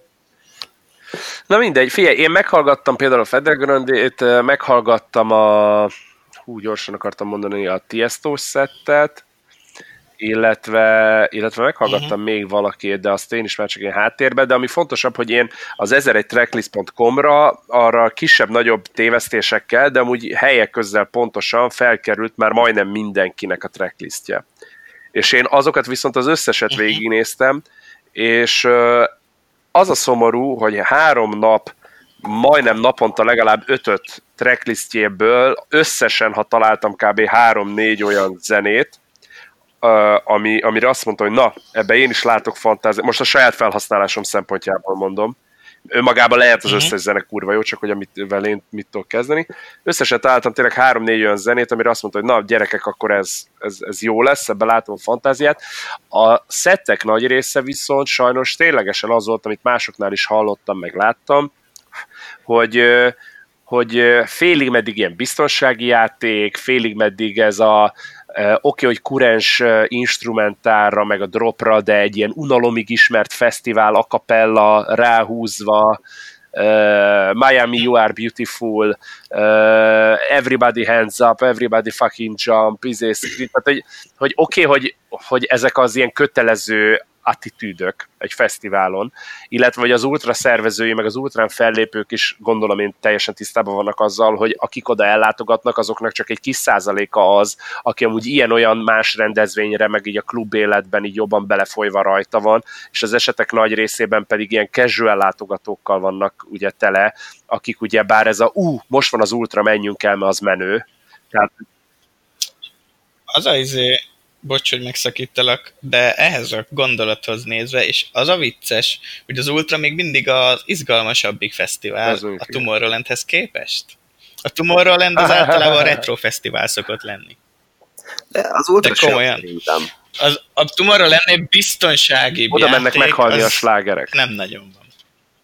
Na mindegy, figyelj, én meghallgattam például a Battleground-ét, meghallgattam gyorsan akartam mondani a Tiesto szettet, illetve meghallgattam még valakit, de azt én is már csak ilyen háttérben, de ami fontosabb, hogy én az 1001tracklist.com-ra arra kisebb-nagyobb tévesztésekkel, de amúgy helyek közel pontosan felkerült már majdnem mindenkinek a tracklistje. És én azokat viszont az összeset végignéztem, és az a szomorú, hogy 3 nap, majdnem naponta legalább 5 tracklistjéből összesen, ha találtam kb. 3-4 olyan zenét, amire azt mondta, hogy na, ebbe én is látok fantáziát. Most a saját felhasználásom szempontjából mondom. Önmagában lehet az összes zene kurva jó, csak hogy amivel én mit tudok kezdeni. Összesen találtam tényleg 3-4 olyan zenét, amire azt mondta, hogy na, gyerekek, akkor ez jó lesz, ebben látom a fantáziát. A szettek nagy része viszont sajnos ténylegesen az volt, amit másoknál is hallottam, meg láttam, hogy félig meddig ilyen biztonsági játék, félig meddig ez oké, hogy kurens instrumentálra, meg a dropra, de egy ilyen unalomig ismert fesztivál, a cappella ráhúzva, Miami, You Are Beautiful, Everybody Hands Up, Everybody Fucking Jump, tehát, hogy oké, hogy ezek az ilyen kötelező attitűdök egy fesztiválon, illetve hogy az ultra szervezői, meg az ultrán fellépők is gondolom én teljesen tisztában vannak azzal, hogy akik oda ellátogatnak, azoknak csak egy kis százaléka az, aki amúgy ilyen-olyan más rendezvényre, meg így a klub életben így jobban belefolyva rajta van, és az esetek nagy részében pedig ilyen casual látogatókkal vannak ugye tele, akik ugye bár ez most van az ultra, menjünk el, mert az menő. Tehát... Bocs, hogy megszakítalak, de ehhez a gondolathoz nézve, és az a vicces, hogy az Ultra még mindig az izgalmasabbik fesztivál a Tomorrowlandhez képest. A Tomorrowland az általában retro fesztivál szokott lenni. De az Ultra sem szerintem. A Tomorrowlandnél biztonsági oda mennek meghalni a slágerek. Nem nagyon van.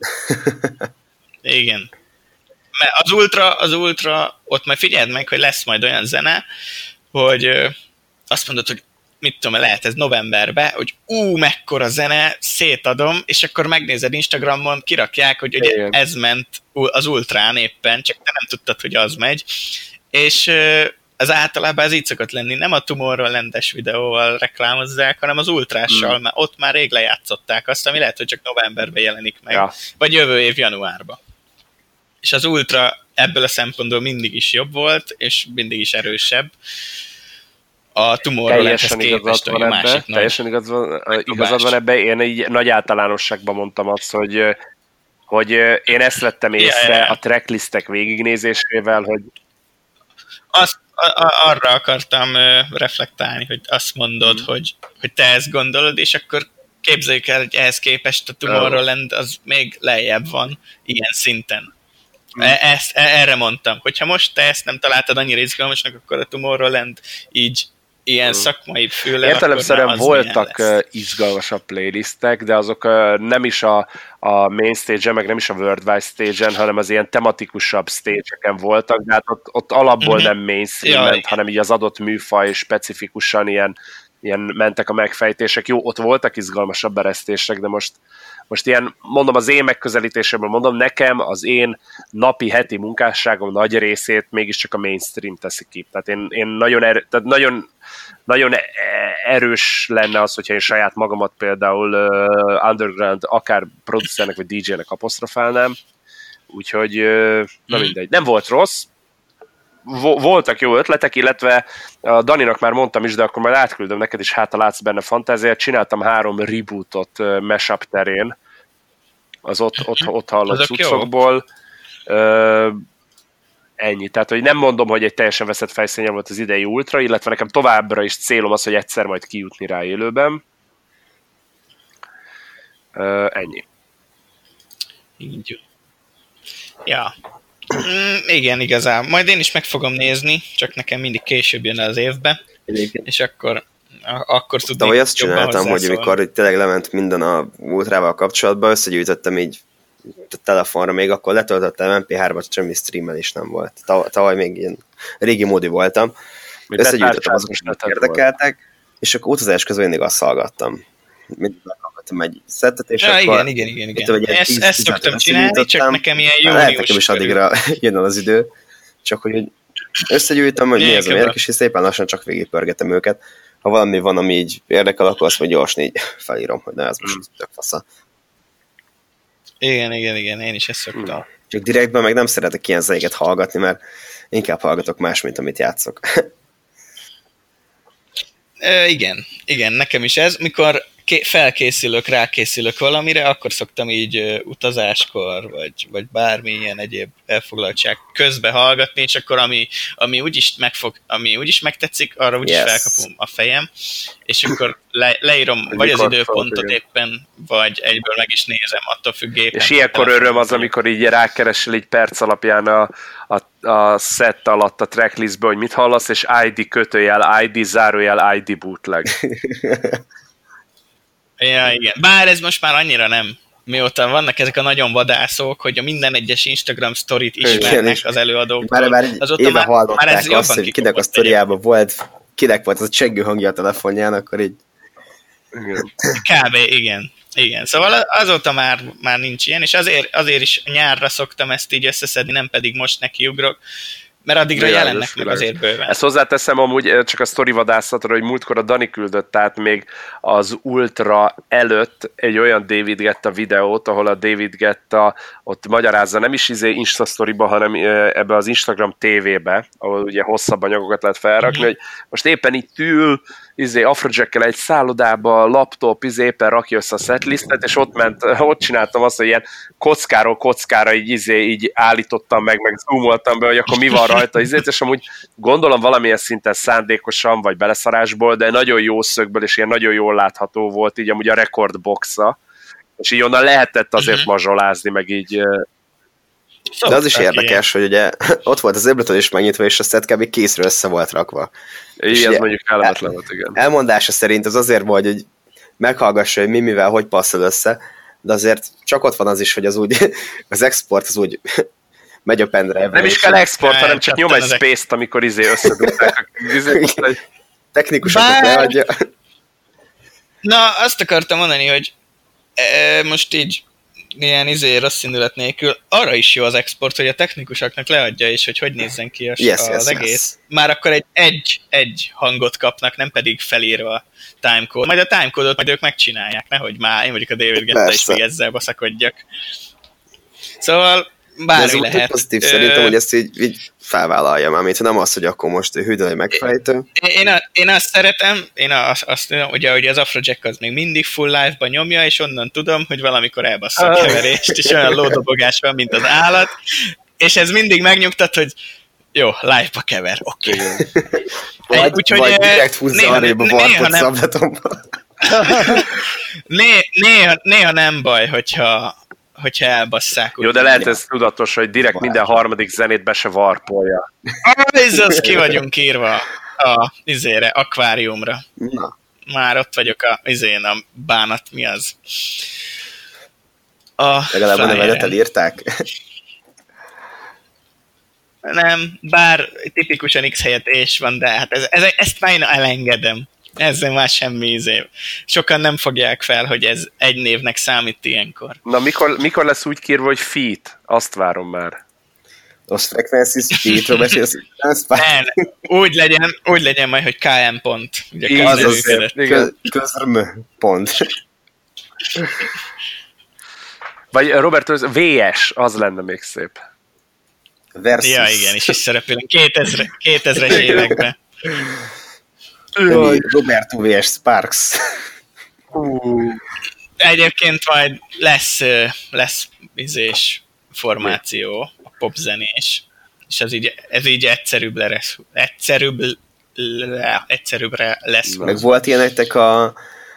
Igen. Mert az Ultra, ott majd figyeld meg, hogy lesz majd olyan zene, hogy azt mondod, hogy mit tudom, lehet ez novemberben, hogy mekkora zene, szétadom, és akkor megnézed Instagramon, kirakják, hogy ugye ez ment az Ultrán éppen, csak te nem tudtad, hogy az megy, és az általában ez így szokott lenni, nem a Tomorrowland-es videóval reklámozzák, hanem az Ultrással, mert ott már rég lejátszották azt, ami lehet, hogy csak novemberben jelenik meg, vagy jövő év januárban. És az Ultra ebből a szempontból mindig is jobb volt, és mindig is erősebb. A Tomorrowlandhez képest a másik nagy. Teljesen igazad van ebbe. Én így nagy általánosságban mondtam azt, hogy én ezt vettem észre a tracklistek végignézésével, hogy arra akartam reflektálni, hogy azt mondod, hogy te ezt gondolod, és akkor képzeljük el, hogy ehhez képest a Tomorrowland az még lejjebb van ilyen szinten. Erre mondtam. Hogyha most te ezt nem találtad annyira izgalmasnak, akkor a Tomorrowland így ilyen szakmai főle. Értelemszerűen voltak izgalmasabb playlistek, de azok nem is a main stage-en, meg nem is a worldwide stage-en, hanem az ilyen tematikusabb stage-eken voltak, de hát ott alapból nem mainstream ment, hanem így az adott műfaj specifikusan ilyen mentek a megfejtések. Jó, ott voltak izgalmasabb eresztések, de most ilyen, mondom, az én megközelítésemből mondom, nekem az én napi, heti munkásságom nagy részét mégiscsak a mainstream teszi ki. Tehát én nagyon erős lenne az, hogyha én saját magamat például underground, akár producernek vagy DJ-nek apostrofálnám. Úgyhogy, na mindegy. Nem volt rossz, voltak jó ötletek, illetve a Daninak már mondtam is, de akkor majd átküldöm neked is, hát ha látsz benne fantáziát. Csináltam 3 rebootot mashup terén, az ott hallott cuccokból. Ennyi. Tehát, hogy nem mondom, hogy egy teljesen veszett fejszénnyel volt az idei Ultra, illetve nekem továbbra is célom az, hogy egyszer majd kijutni rá élőben. Ennyi. Így. Ja. Igen, igazán. Majd én is meg fogom nézni, csak nekem mindig később jön az évbe, és akkor tudnék jobban azt csináltam, hogy amikor tényleg lement minden a Ultrával kapcsolatban, összegyűjtöttem így a telefonra, még akkor letöltöttem MP3-at, semmi streamelés nem volt. Tavaly még ilyen régi módi voltam. Összegyűjtöttem azokat, hogy érdekeltek, és akkor utazás közben mindig azt hallgattam. Mindig meghallgattam egy szettet, és akkor... Igen. Ezt szoktam csinálni, csak nekem ilyen június. Lehet nekem is addigra jön az idő, csak hogy összegyűjtöm, hogy mi az, ami érdekes, és szépen lassan csak végigpörgetem őket. Ha valami van, ami így érdekel, akkor azt majd gyorsan így felírom, hogy ne, ez most tök fasza. Igen, én is ezt szoktam. Csak direktben meg nem szeretek ilyen zenéket hallgatni, mert inkább hallgatok más, mint amit játszok. Igen, nekem is ez. Mikor rákészülök valamire, akkor szoktam így utazáskor, vagy bármilyen egyéb elfoglaltság közbe hallgatni, és akkor ami úgyis megtetszik, arra úgyis felkapom a fejem, és akkor leírom vagy az időpontot éppen, vagy egyből meg is nézem, attól függében. És ilyenkor öröm az, amikor így rákeresel egy perc alapján a set alatt a tracklistbe, hogy mit hallasz, és ID zárójel ID bootleg. Ja, igen. Bár ez most már annyira nem. Mióta vannak ezek a nagyon vadászok, hogy a minden egyes Instagram sztorit ismernek az előadók. Már éve hallották azt, hogy kinek a sztoriában volt, kinek volt az a csengő hangja a telefonján, akkor így... Kb. Igen. Szóval azóta már nincs ilyen, és azért is nyárra szoktam ezt így összeszedni, nem pedig most nekiugrok, mert addigra jelennek meg azért bőven. Ezt hozzáteszem amúgy csak a sztorivadászatra, hogy múltkor a Dani küldött át még az Ultra előtt egy olyan David Guetta videót, ahol a David Guetta ott magyarázza, nem is Insta sztoriba, hanem ebbe az Instagram TV-be, ahol ugye hosszabb anyagokat lehet felrakni, hogy most éppen itt ül, Afrojackkel egy szállodába, laptop, éppen rakja össze a setlistet, és ott csináltam azt, hogy ilyen kockáról kockára így állítottam meg zoomoltam be, hogy akkor mi van rajta, és amúgy gondolom valamilyen szinten szándékosan, vagy beleszarásból, de nagyon jó szögből, és ilyen nagyon jól látható volt így amúgy a rekordboxa, és így onnan lehetett azért mazsolázni, meg így... De az is érdekes, hogy ugye ott volt az Ableton is megnyitva, és a set kb. Készről össze volt rakva. Igen, ez mondjuk kellemetlen volt, igen. Elmondása szerint az azért volt, hogy meghallgassa, hogy mivel hogy passzol össze, de azért csak ott van az is, hogy az úgy, az export az úgy megy a pendrive-re. Nem is kell export, hanem csak nyom egy space-t, amikor összedugták. Technikusoknak leadja. Na, azt akartam mondani, hogy most így milyen rossz indulat nélkül, arra is jó az export, hogy a technikusoknak leadja is, hogy nézzen ki az egész. Már akkor egy hangot kapnak, nem pedig felírva a timecode. Majd a timecode-ot majd ők megcsinálják, nehogy már én vagyok a David Guetta, és még ezzel baszakodjak. Szóval bármi lehet. Ez pozitív szerintem, hogy ezt így felvállaljam, amit nem az, hogy akkor most hűdölj megfejtő. Én azt szeretem, azt ugye, hogy az Afrojack az még mindig full live-ban nyomja, és onnan tudom, hogy valamikor elbassza a keverést, és olyan lódobogás van, mint az állat, és ez mindig megnyugtat, hogy jó, live-ba kever, oké. Okay. Vagy direkt húzza arrébb a varpot szabletomba. Néha nem baj, hogyha elbasszák. Jó, de lehet ez tudatos, hogy direkt minden harmadik zenét be se varpolja. Az ki vagyunk írva a akváriumra. Na. Már ott vagyok a bánat, mi az? Legalább a nevedet elírták? Nem, bár tipikusan X helyett és van, de hát ezt már én elengedem. Ezzel már semmi Sokan nem fogják fel, hogy ez egy névnek számít ilyenkor. Na, mikor lesz úgy kírva, hogy feat? Azt várom már. Lost Frequencies, featről beszélsz? Nem, úgy legyen majd, hogy KM pont. Ugye közrm pont. Vagy Robert, VS, az lenne még szép. Versus. Ja, igen, és is szerepel 2000-es években. Roberto vs. Sparks. Egyébként majd lesz formáció, a popzenés, és ez így egyszerűbbre lesz. Meg volt ilyenek a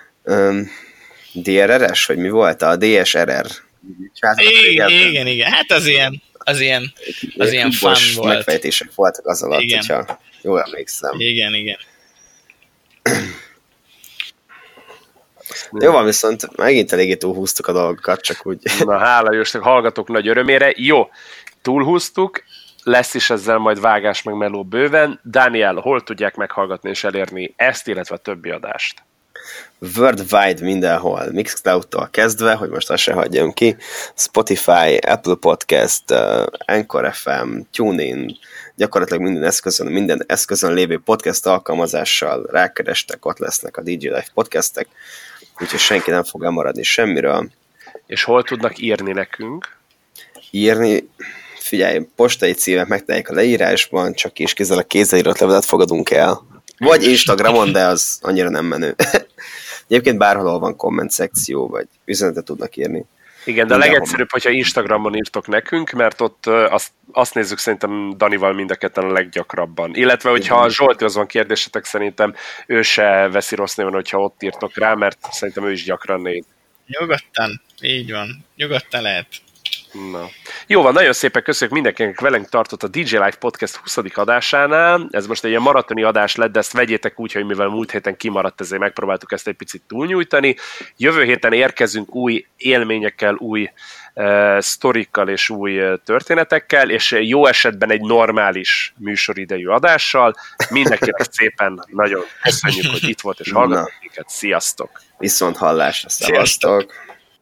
DRR-es, vagy mi volt? A DSRR. Igen. Hát az ilyen fun volt. Megfejtések voltak az alatt, hogyha jól emlékszem. Igen. Jó van, viszont megint eléggé túlhúztuk a dolgokat, csak úgy. Na, hála Jósnak, hallgatók nagy örömére. Jó, túlhúztuk, lesz is ezzel majd vágás meg meló bőven. Dániel, hol tudják meghallgatni és elérni ezt, illetve a többi adást? Worldwide mindenhol, Mixcloud-tól kezdve, hogy most azt se hagyjam ki, Spotify, Apple Podcast, Anchor FM, TuneIn, gyakorlatilag minden eszközön lévő podcast alkalmazással rákerestek, ott lesznek a DJ Live podcastek, úgyhogy senki nem fog elmaradni semmiről. És hol tudnak írni nekünk? Írni, figyelj, postai címet megtalálják a leírásban, csak is kizárólag kézzelírott levelet fogadunk el. Vagy Instagramon, de az annyira nem menő. Egyébként bárhol van komment szekció, vagy üzenetet tudnak írni. Igen, de a legegyszerűbb, hogyha Instagramon írtok nekünk, mert ott azt nézzük szerintem Danival mind a ketten a leggyakrabban. Illetve, hogyha Zsoltihoz van kérdésetek, szerintem ő se veszi rossz néven, hogyha ott írtok rá, mert szerintem ő is gyakran néz. Nyugodtan, így van. Nyugodtan lehet. Na. Jó van, nagyon szépen köszönjük mindenkinek, velünk tartott a DJ Live Podcast 20. adásánál. Ez most egy ilyen maratoni adás lett, de ezt vegyétek úgy, hogy mivel múlt héten kimaradt, ezért megpróbáltuk ezt egy picit túlnyújtani. Jövő héten érkezünk új élményekkel, új sztorikkal és új történetekkel, és jó esetben egy normális műsoridejű adással. Mindenkinek szépen nagyon köszönjük, hogy itt volt és hallgatott minket. Sziasztok! Viszont hallásra, szevasztok!